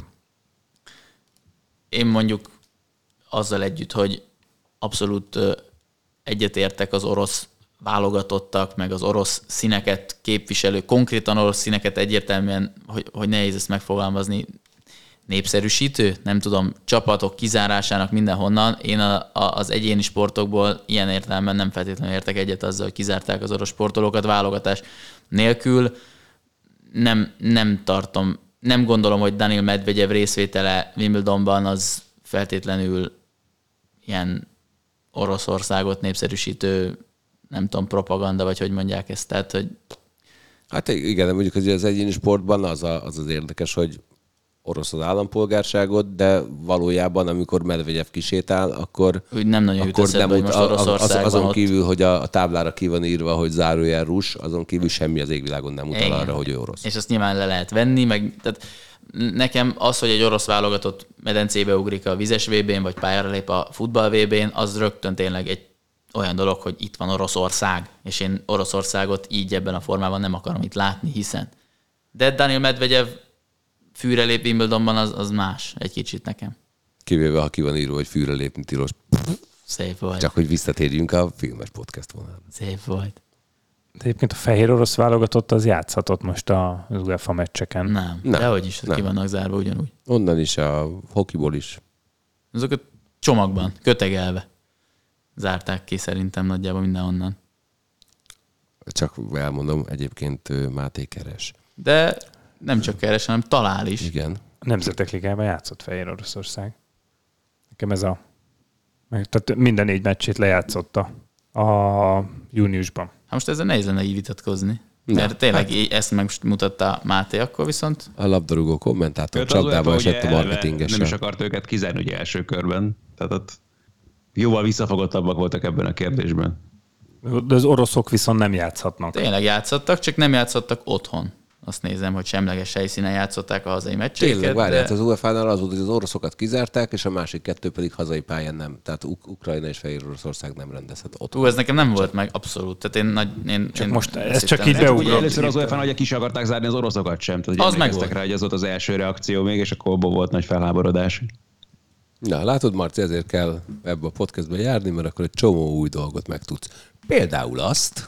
Én mondjuk azzal együtt, hogy abszolút egyetértek az orosz válogatottak, meg az orosz színeket képviselő, konkrétan orosz színeket egyértelműen, hogy, hogy nehéz ezt megfogalmazni, népszerűsítő, nem tudom, csapatok kizárásának mindenhonnan. Én a, a, az egyéni sportokból ilyen értelemben nem feltétlenül értek egyet azzal, hogy kizárták az orosz sportolókat válogatás nélkül. Nem, nem tartom, nem gondolom, hogy Daniil Medvegyev részvétele Wimbledonban az feltétlenül ilyen Oroszországot népszerűsítő, nem tudom, propaganda, vagy hogy mondják ezt. Tehát, hogy... Hát igen, mondjuk az egyéni sportban az, a, az az érdekes, hogy orosz az állampolgárságot, de valójában, amikor Medvegyev kisétál, akkor, úgy nem nagyon akkor nem hogy most Oroszországban az, azon ott... kívül, hogy a, a táblára ki van írva, hogy zárójel rus, azon kívül semmi az égvilágon nem utal igen. arra, hogy ő orosz. És azt nyilván le lehet venni, meg tehát nekem az, hogy egy orosz válogatott medencébe ugrik a vizes vé bén, vagy pályára lép a futball vé bén, az rögtön tényleg egy olyan dolog, hogy itt van Oroszország, és én Oroszországot így ebben a formában nem akarom itt látni, hiszen. De Daniil Medvegyev fűre lép Wimbledonban, az, az más egy kicsit nekem. Kivéve, ha ki van írva, hogy fűre lépni tilos. Szép volt. Csak hogy visszatérjünk a filmes podcast vonalra. Szép volt. De egyébként a fehér orosz válogatott az játszhatott most az UEFA meccseken. Nem, nem. Dehogy is, ki vannak zárva ugyanúgy. Onnan is, a hokiból is. Azokat csomagban, kötegelve zárták ki szerintem nagyjából mindenhonnan. Csak elmondom, egyébként Máté keres. De nem csak keres, hanem talál is. Igen. A Nemzetek Ligában játszott Fehér Oroszország. Nekem ez a... Tehát minden négy meccsét lejátszotta a júniusban. Hát most ezzel nehéz lenne így vitatkozni. Na, mert tényleg hát... ezt megmutatta Máté, akkor viszont... A labdarúgó kommentátor csapdába esett a marketingesen. Nem is akart őket kizárni ugye első körben. Tehát ott jóval visszafogottabbak voltak ebben a kérdésben. De az oroszok viszont nem játszhatnak. Tényleg játszottak, csak nem játszottak otthon. Azt nézem, hogy semleges helyszínen játszották a hazai meccseket. Tényleg, várját, de... az u e fá-nál az volt, hogy az oroszokat kizárták, és a másik kettő pedig hazai pályán nem. Tehát Uk- Ukrajna és Fehér Oroszország nem rendezhet otthon. Ú, ez nekem nem volt meg, abszolút. Tehát én, nagy, én, csak én most ez csak így beugrott. Először az u e fá-nál ugye ki sem akarták zárni az oroszokat sem. Tehát, az meg volt. Rá, hogy az volt az első reakció még, és akkor abból volt nagy felháborodás. Na, látod, Marci, ezért kell ebbe a podcastbe járni, mert akkor egy csomó új dolgot megtudsz. Például azt,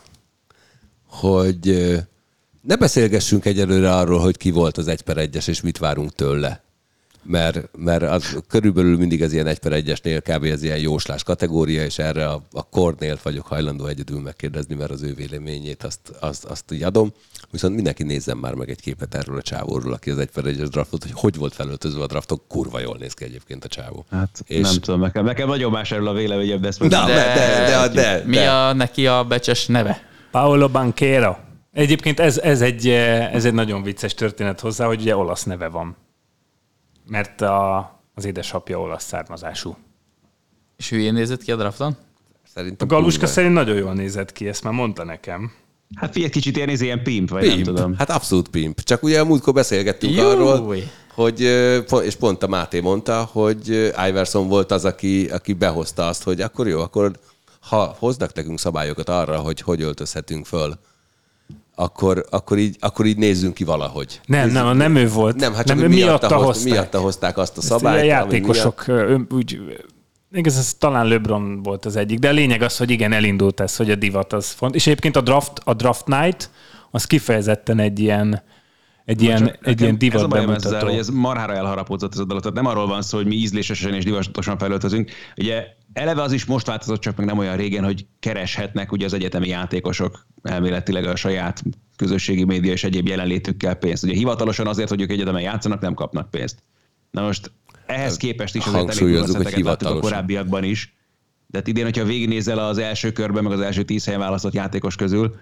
hogy ne beszélgessünk egyelőre arról, hogy ki volt az egy per egyes, és mit várunk tőle. Mert, mert az, körülbelül mindig az ilyen egy per egyesnél kb. Ez ilyen jóslás kategória, és erre a, a Kornél vagyok hajlandó egyedül megkérdezni, mert az ő véleményét azt, azt, azt így adom. Viszont mindenki nézzen már meg egy képet erről a csávóról, aki az egy per egyes draftot, hogy hogy volt felöltözve a drafton, kurva jól néz ki egyébként a csávó. Hát és... nem tudom, nekem, nekem nagyon más erről a véleményem, de ezt de, de, de, de, de, Mi de. a neki a becses neve? Paolo Banchero. Egyébként ez, ez, egy, ez egy nagyon vicces történet hozzá, hogy ugye olasz neve van. Mert a, az édesapja olasz származású. És hülyén nézett ki a drafton? Szerintem a Galuska szerint nagyon jól nézett ki, ezt már mondta nekem. Hát figyelj, kicsit ilyen, ilyen pimp, vagy pimp. Nem tudom. Hát abszolút pimp. Csak ugye a múltkor beszélgettünk Jó. arról, hogy, és pont a Máté mondta, hogy Iverson volt az, aki, aki behozta azt, hogy akkor jó, akkor ha hoznak nekünk szabályokat arra, hogy hogy öltözhetünk föl akkor, akkor, így, akkor így nézzünk ki valahogy. nem, nem ő volt. Nem, hát csak nem, miatta, miatta, hozták. miatta hozták azt a szabályt. A játékosok miatt... úgy, igaz, ez talán LeBron volt az egyik, de a lényeg az, hogy igen, elindult ez, hogy a divat az font. És egyébként a draft, a draft night, az kifejezetten egy ilyen egy Na, ilyen, egy ilyen divat bemutató. Ezzel, hogy ez marhára elharapódzott ez a dolog. Tehát nem arról van szó, hogy mi ízlésesen és divatosan felöltözünk. Ugye eleve az is most változott, csak meg nem olyan régen, hogy kereshetnek ugye az egyetemi játékosok elméletileg a saját közösségi média és egyéb jelenlétükkel pénzt. Ugye hivatalosan azért, hogy ők egyetemen játszanak, nem kapnak pénzt. Na most ehhez képest is azért elég durva láttuk a korábbiakban is. De idén, hogyha végignézel az első körben, meg az első tíz helyen választott játékos közül,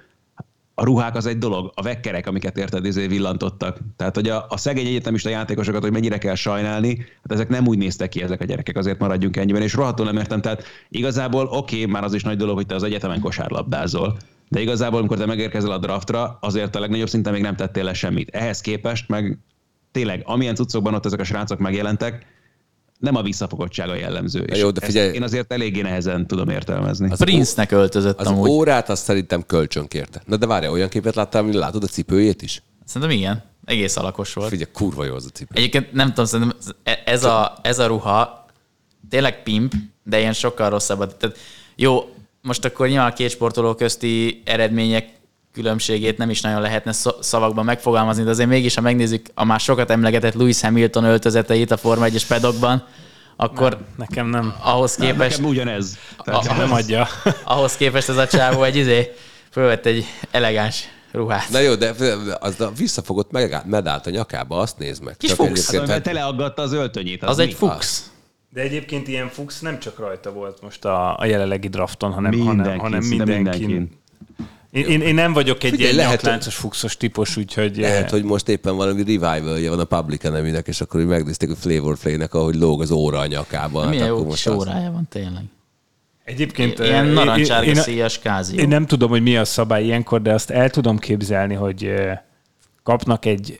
a ruhák az egy dolog, a vekkerek, amiket érted, ezért villantottak. Tehát, hogy a, a szegény egyetemista játékosokat, hogy mennyire kell sajnálni, hát ezek nem úgy néztek ki ezek a gyerekek, azért maradjunk ennyiben, és rohadtul nem értem. Tehát igazából oké, okay, már az is nagy dolog, hogy te az egyetemen kosárlabdázol, de igazából, amikor te megérkezel a draftra, azért a legnagyobb szinten még nem tettél le semmit. Ehhez képest meg tényleg, amilyen cuccokban ott ezek a srácok megjelentek, nem a visszafogottsága jellemző. Jó, de figyelj, én azért eléggé nehezen tudom értelmezni. Az Prince-nek öltözött az amúgy. Az órát azt szerintem kölcsön kérte. Na de várjál, olyan képet láttál, hogy látod a cipőjét is? Szerintem igen. Egész alakos volt. Figyelj, kurva jó az a cipő. Egyébként nem tudom, szerintem ez a, ez a ruha tényleg pimp, de ilyen sokkal rosszabb. Tehát jó, most akkor nyilván a két sportoló közti eredmények különbségét nem is nagyon lehetne szavakban megfogalmazni, de azért mégis, ha megnézzük a már sokat emlegetett Lewis Hamilton öltözeteit a Forma egyes pedokban, akkor nem, nekem nem. Ahhoz képest... Nekem ugyanez. A, nem adja. Ahhoz képest ez a csávó egy izé, fölvett egy elegáns ruhát. Na jó, de az a visszafogott medált a nyakába, azt nézd meg. Kis fux. Hát, mert teleaggatta az öltönyét. Az, az mi? egy fux. De egyébként ilyen fux nem csak rajta volt most a, a jelenlegi drafton, hanem, mindenki, hanem, hanem mindenkin. mindenkin. Én, én, én nem vagyok egy Figyelj, ilyen nyakláncos, fuxos típus, úgyhogy... Lehet, hogy most éppen valami revival-ja van a Public Enemy-nek, és akkor megnézték a Flavor Flay-nek, ahogy lóg az óra a nyakában. Milyen hát jó kis órája van tényleg. Egyébként... Ilyen narancsárga szíjas kázió. Én nem tudom, hogy mi a szabály ilyenkor, de azt el tudom képzelni, hogy kapnak egy...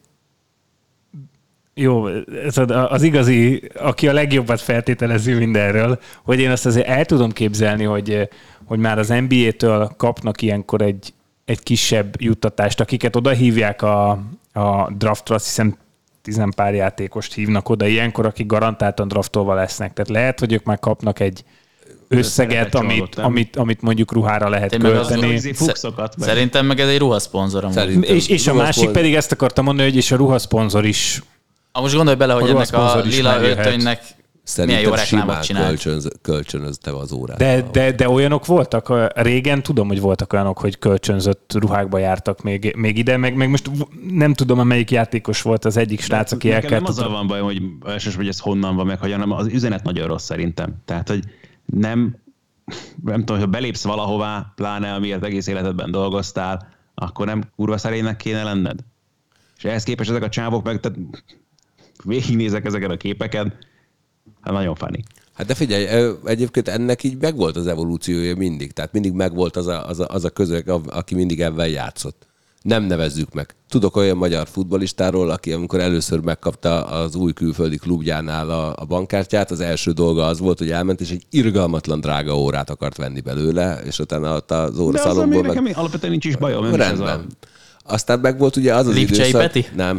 Jó, ez az igazi, aki a legjobbat feltételező mindenről, hogy én azt azért el tudom képzelni, hogy, hogy már az en bé á-től kapnak ilyenkor egy, egy kisebb juttatást, akiket oda hívják a, a draftra, azt hiszem tizenpár játékost hívnak oda ilyenkor, akik garantáltan draftolva lesznek. Tehát lehet, hogy ők már kapnak egy összeget, amit, amit, amit mondjuk ruhára lehet Te költeni. Szerintem meg ez egy ruhaszponzor. És, és a másik pedig ezt akartam mondani, hogy és a ruhaszponzor is. Ah, most gondolj bele, hogy ennek a lila öltönynek milyen jó reklámot csinált. Kölcsönöz, kölcsönözte az órát. De, de, de olyanok voltak, régen tudom, hogy voltak olyanok, hogy kölcsönzött ruhákba jártak még, még ide, meg, meg most nem tudom, melyik játékos volt az egyik srác, aki el kell... Nem azzal van baj, hogy elsősorban, hogy ez honnan van meg, hanem az üzenet nagyon rossz szerintem. Tehát, hogy nem, nem tudom, ha belépsz valahová, pláne amiért egész életedben dolgoztál, akkor nem kurva szerénynek kéne lenned. És ehhez képest ezek a csávok meg, tehát végignézek ezeket a képeket, hát nagyon funny. Hát de figyelj, egyébként ennek így megvolt az evolúciója mindig. Tehát mindig megvolt az a, az a, az a közeg, aki mindig ebben játszott. Nem nevezzük meg. Tudok olyan magyar futballistáról, aki amikor először megkapta az új külföldi klubjánál a, a bankkártyát, az első dolga az volt, hogy elment, és egy irgalmatlan drága órát akart venni belőle, és utána ott az óraszalomból... De azzal még nekem alapvetően nincs is bajom. Rendben. Aztán meg volt ugye az az Lipcsei időszak... Peti? Nem.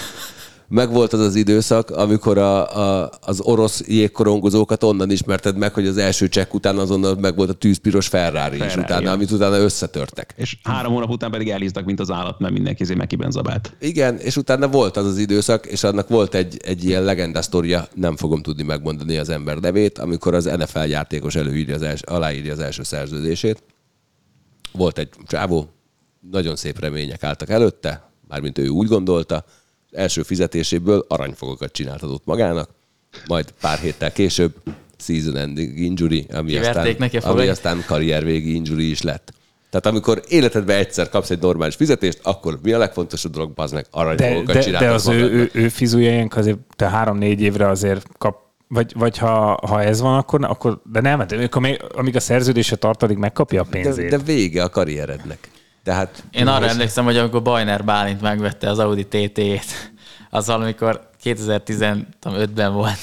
Meg volt az az időszak, amikor a, a, az orosz jégkorongozókat onnan ismerted meg, hogy az első csekk után azonnal meg volt a tűzpiros Ferrari, Ferrari is utána, amit utána összetörtek. És három hónap után pedig elhíztak, mint az állat, mert mindenki zé mekiben zabált. Igen, és utána volt az az időszak, és annak volt egy, egy ilyen legendasztória, nem fogom tudni megmondani az ember nevét, amikor az en ef el játékos előírja az els, aláírja az első szerződését. Volt egy csávó, nagyon szép remények álltak előtte, mármint ő úgy gondolta, első fizetéséből aranyfogokat csináltatott magának, majd pár héttel később season ending injury, ami, aztán, ami aztán karriervégi injury is lett. Tehát amikor életedben egyszer kapsz egy normális fizetést, akkor mi a legfontosabb dolog, bazd meg, aranyfogokat csináltatott De az ő, ő, ő fizujaink azért te három-négy évre azért kap, vagy, vagy ha, ha ez van, akkor, akkor de nem, de amíg, amíg a szerződése tart, addig megkapja a pénzét. De, de vége a karrierednek. Tehát, Én arra most... emlékszem, hogy amikor Bajner Bálint megvette az Audi té té-t, az valamikor kétezer-tizenötben volt.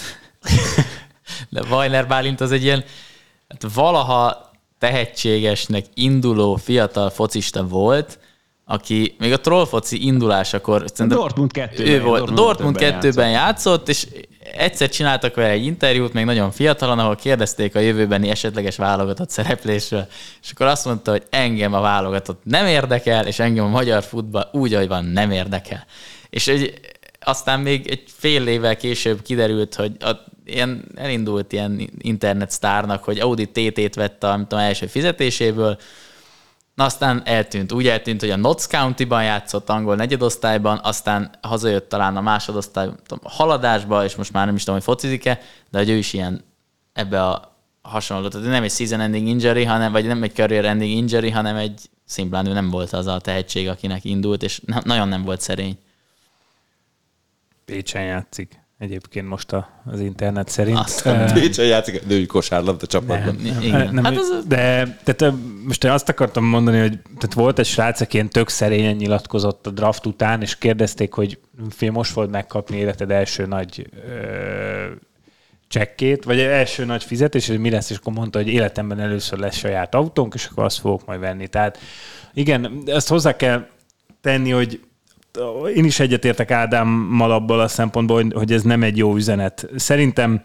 De Bajner Bálint az egy ilyen hát valaha tehetségesnek induló fiatal focista volt, aki még a trollfoci indulásakor... A Dortmund kettőben. Ő volt, Dortmund, Dortmund kettőben játszott, és egyszer csináltak vele egy interjút, még nagyon fiatalon, ahol kérdezték a jövőbeni esetleges válogatott szereplésről, és akkor azt mondta, hogy engem a válogatott nem érdekel, és engem a magyar futball úgy, ahogy van, nem érdekel. És egy, aztán még egy fél évvel később kiderült, hogy a, ilyen, elindult ilyen internet sztárnak, hogy Audi té té-t vett a, a első fizetéséből, na aztán eltűnt. Úgy eltűnt, hogy a Notts County-ban játszott angol negyedosztályban, aztán hazajött talán a másodosztály haladásba, és most már nem is tudom, hogy focizik-e, de hogy ő is ilyen ebbe a hasonló. Tehát nem egy season ending injury, hanem, vagy nem egy career ending injury, hanem egy szimplán ő nem volt az a tehetség, akinek indult, és na- nagyon nem volt szerény. Pécsen játszik. Egyébként most a, az internet szerint. Aztán Pécsen játszik női kosárlabda csapatban. Nem, nem, nem, hát az... De tehát, most én azt akartam mondani, hogy tehát volt egy srác, aki ilyen tök szerényen nyilatkozott a draft után, és kérdezték, hogy fél most volt megkapni életed első nagy ö, csekkét, vagy első nagy fizetés, és mi lesz, és akkor mondta, hogy életemben először lesz saját autónk, és akkor azt fogok majd venni. Tehát igen, ezt hozzá kell tenni, hogy én is egyetértek Ádámmal abból a szempontból, hogy ez nem egy jó üzenet. Szerintem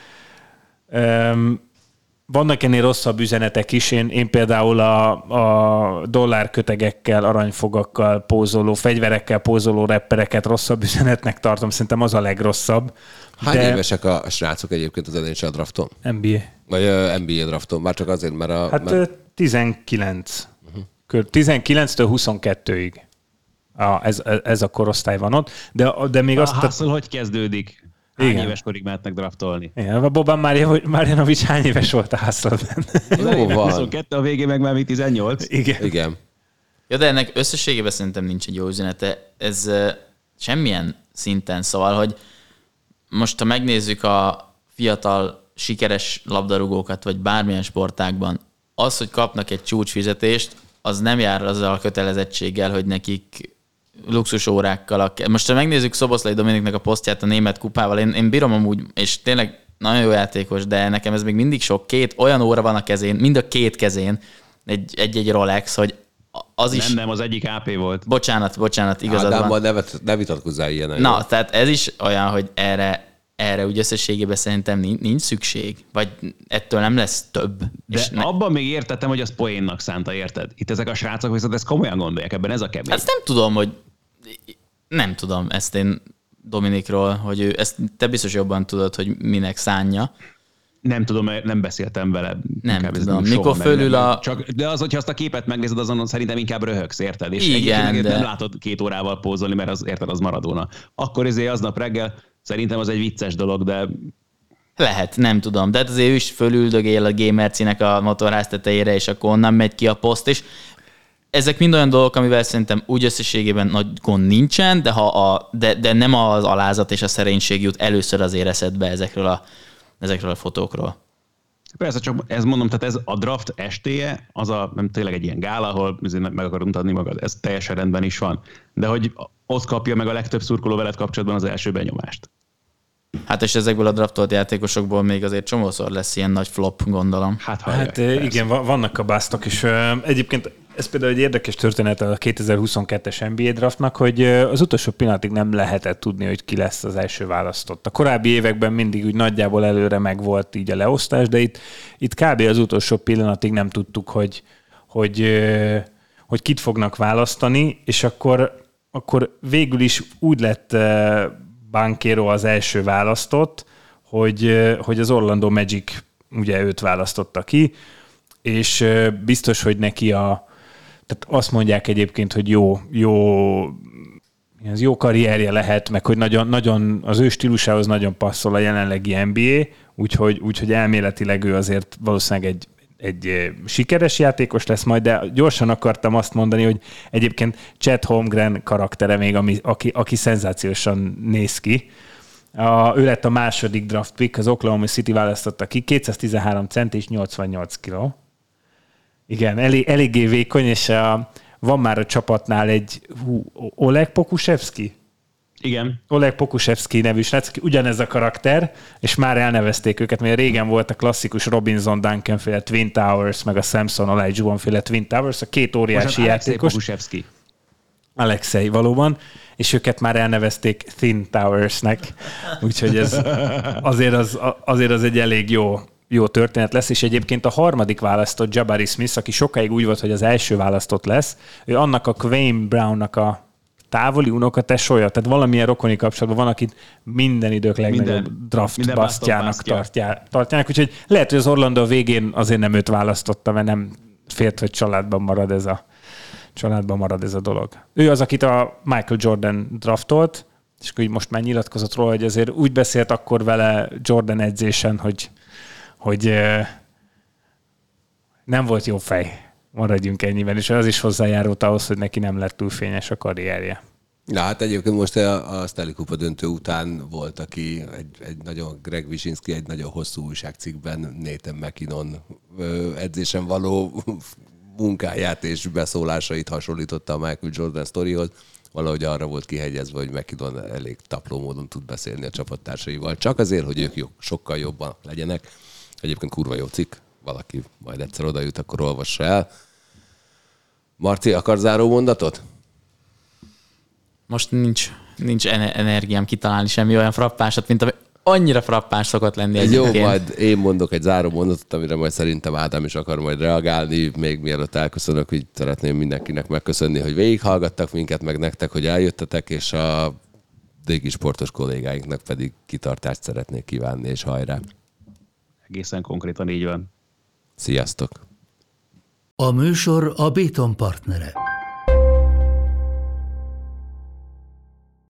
um, vannak ennél rosszabb üzenetek is. Én, én például a, a dollárkötegekkel, aranyfogakkal pózoló, fegyverekkel pózoló rappereket rosszabb üzenetnek tartom. Szerintem az a legrosszabb. Hány de... évesek a srácok egyébként az en há el drafton? en bé á. Vagy uh, en bé á drafton, már csak azért, mert a... Hát mert... tizenkilenc. Uh-huh. tizenkilenctől huszonkettőig. A, ez, ez a korosztály van ott, de, de még a azt... A Hustle hogy kezdődik? Hány igen. éves korig mehetnek draftolni? Igen, a Boban Marjanovics hány éves volt a Hustle-ben? Jó van. huszonkettő, a végén meg már mi tizennyolc. Igen. Igen. Ja, de ennek összességében szerintem nincs egy jó üzenete. Ez uh, semmilyen szinten, szóval, hogy most ha megnézzük a fiatal, sikeres labdarúgókat, vagy bármilyen sportágban, az, hogy kapnak egy csúcsfizetést, az nem jár azzal a kötelezettséggel, hogy nekik luxusórákkal. Most ha megnézzük Szoboszlai Dominiknek a posztját a német kupával, én, én bírom amúgy, és tényleg nagyon jó játékos, de nekem ez még mindig sok. Két olyan óra van a kezén, mind a két kezén, egy-egy Rolex, hogy az is... Nem, nem, az egyik á pé volt. Bocsánat, bocsánat, igazad Ádámmal van. ne, ne vitatkozzál ilyen. Na, jó. Tehát ez is olyan, hogy erre, erre úgy összességében szerintem nincs szükség, vagy ettől nem lesz több. De és ne... abban még értettem, hogy az poénnak szánta, érted? Itt ezek a srácok viszont ezt komolyan gondolják, ebben ez a kemény. Ezt nem tudom, hogy nem tudom ezt én Dominikról, hogy ő, ezt te biztos jobban tudod, hogy minek szánja. Nem tudom, nem beszéltem vele. Nem tudom. Mikor fölül a... Csak, de az, hogyha azt a képet megnézed, azon szerintem inkább röhögsz, érted? És igen, de... nem de... látod két órával pózolni, mert az, érted, az Maradona. Akkor ezért aznap reggel szerintem az egy vicces dolog, de... Lehet, nem tudom. De hát azért ő is fölüldögél a G-Mercinek a motorház tetejére, és akkor onnan megy ki a poszt, és ezek mind olyan dolgok, amivel szerintem úgy összességében nagy gond nincsen, de, ha a, de, de nem az alázat és a szerénység jut először az eszedbe ezekről a, ezekről a fotókról. Persze, csak ez mondom, tehát ez a draft estéje, az a, nem tényleg egy ilyen gála, ahol meg akarod mutatni magad, ez teljesen rendben is van. De hogy ott kapja meg a legtöbb szurkoló veled kapcsolatban az első benyomást. Hát és ezekből a draftolt játékosokból még azért csomószor lesz ilyen nagy flop, gondolom. Hát, hát igen, vannak a basztok, és egyébként ez például egy érdekes történet a kétezer-huszonkettes en bé á draftnak, hogy az utolsó pillanatig nem lehetett tudni, hogy ki lesz az első választott. A korábbi években mindig úgy nagyjából előre megvolt így a leosztás, de itt, itt kb. Az utolsó pillanatig nem tudtuk, hogy, hogy, hogy kit fognak választani, és akkor, akkor végül is úgy lett Banchero az első választott, hogy, hogy az Orlando Magic ugye őt választotta ki, és biztos, hogy neki a tehát azt mondják egyébként, hogy jó, jó, ez jó karrierje lehet, meg hogy nagyon, nagyon, az ő stílusához nagyon passzol a jelenlegi en bé á, úgyhogy, úgyhogy elméletileg ő azért valószínűleg egy, egy sikeres játékos lesz majd, de gyorsan akartam azt mondani, hogy egyébként Chet Holmgren karaktere még, ami, aki, aki szenzációsan néz ki. A, ő lett a második draft pick, az Oklahoma City választotta ki, kétszáztizenhárom cent és nyolcvannyolc kiló. Igen, elég, eléggé vékony, és a, van már a csapatnál egy hú, Oleg Pokusevski? Igen. Oleg Pokusevski nevű srác, aki ugyanez a karakter, és már elnevezték őket, mert régen volt a klasszikus Robinson Duncan féle Twin Towers, meg a Samson Olajuwon féle Twin Towers, a két óriási játékos. Pokusevski. Alexei valóban, és őket már elnevezték Thin Towersnek, úgyhogy ez azért az, azért az egy elég jó, jó történet lesz, és egyébként a harmadik választott Jabari Smith, aki sokáig úgy volt, hogy az első választott lesz, ő annak a Quayne Brownnak a távoli unokatesója, tehát valamilyen rokoni kapcsolatban van, akit minden idők legnagyobb minden, draft minden basztjának tartják, tartják, úgyhogy lehet, hogy az Orlando végén azért nem őt választotta, mert nem félt, hogy családban marad ez a családban marad ez a dolog. Ő az, akit a Michael Jordan draftolt, és akkor most már nyilatkozott róla, hogy azért úgy beszélt akkor vele Jordan edzésen, hogy, hogy nem volt jó fej. Maradjunk ennyiben, és az is hozzájárult ahhoz, hogy neki nem lett túl fényes a karrierje. Na hát egyébként most a, a Stanley Kupa döntő után volt, aki egy, egy nagyon, Greg Wyshynski egy nagyon hosszú újságcikkben Nathan McKinnon edzésen való munkáját és beszólásait hasonlította a Michael Jordan sztorihoz. Valahogy arra volt kihegyezve, hogy McKinnon elég tapló módon tud beszélni a csapattársaival. Csak azért, hogy ők jó, sokkal jobban legyenek. Egyébként kurva jó cikk. Valaki majd egyszer oda jut, akkor olvassa el. Marci, akar záró mondatot? Most nincs, nincs energiám kitalálni semmi olyan frappánsat, mint ami annyira frappáns szokott lenni egyébként. Jó, majd én mondok egy záró mondatot, amire majd szerintem Ádám is akar majd reagálni. Még mielőtt elköszönök, hogy szeretném mindenkinek megköszönni, hogy végighallgattak minket, meg nektek, hogy eljöttetek, és a Dégi sportos kollégáinknak pedig kitartást szeretnék kívánni, és hajrá! Egészen konkrétan így van. Sziasztok! A műsor a Béton partnere.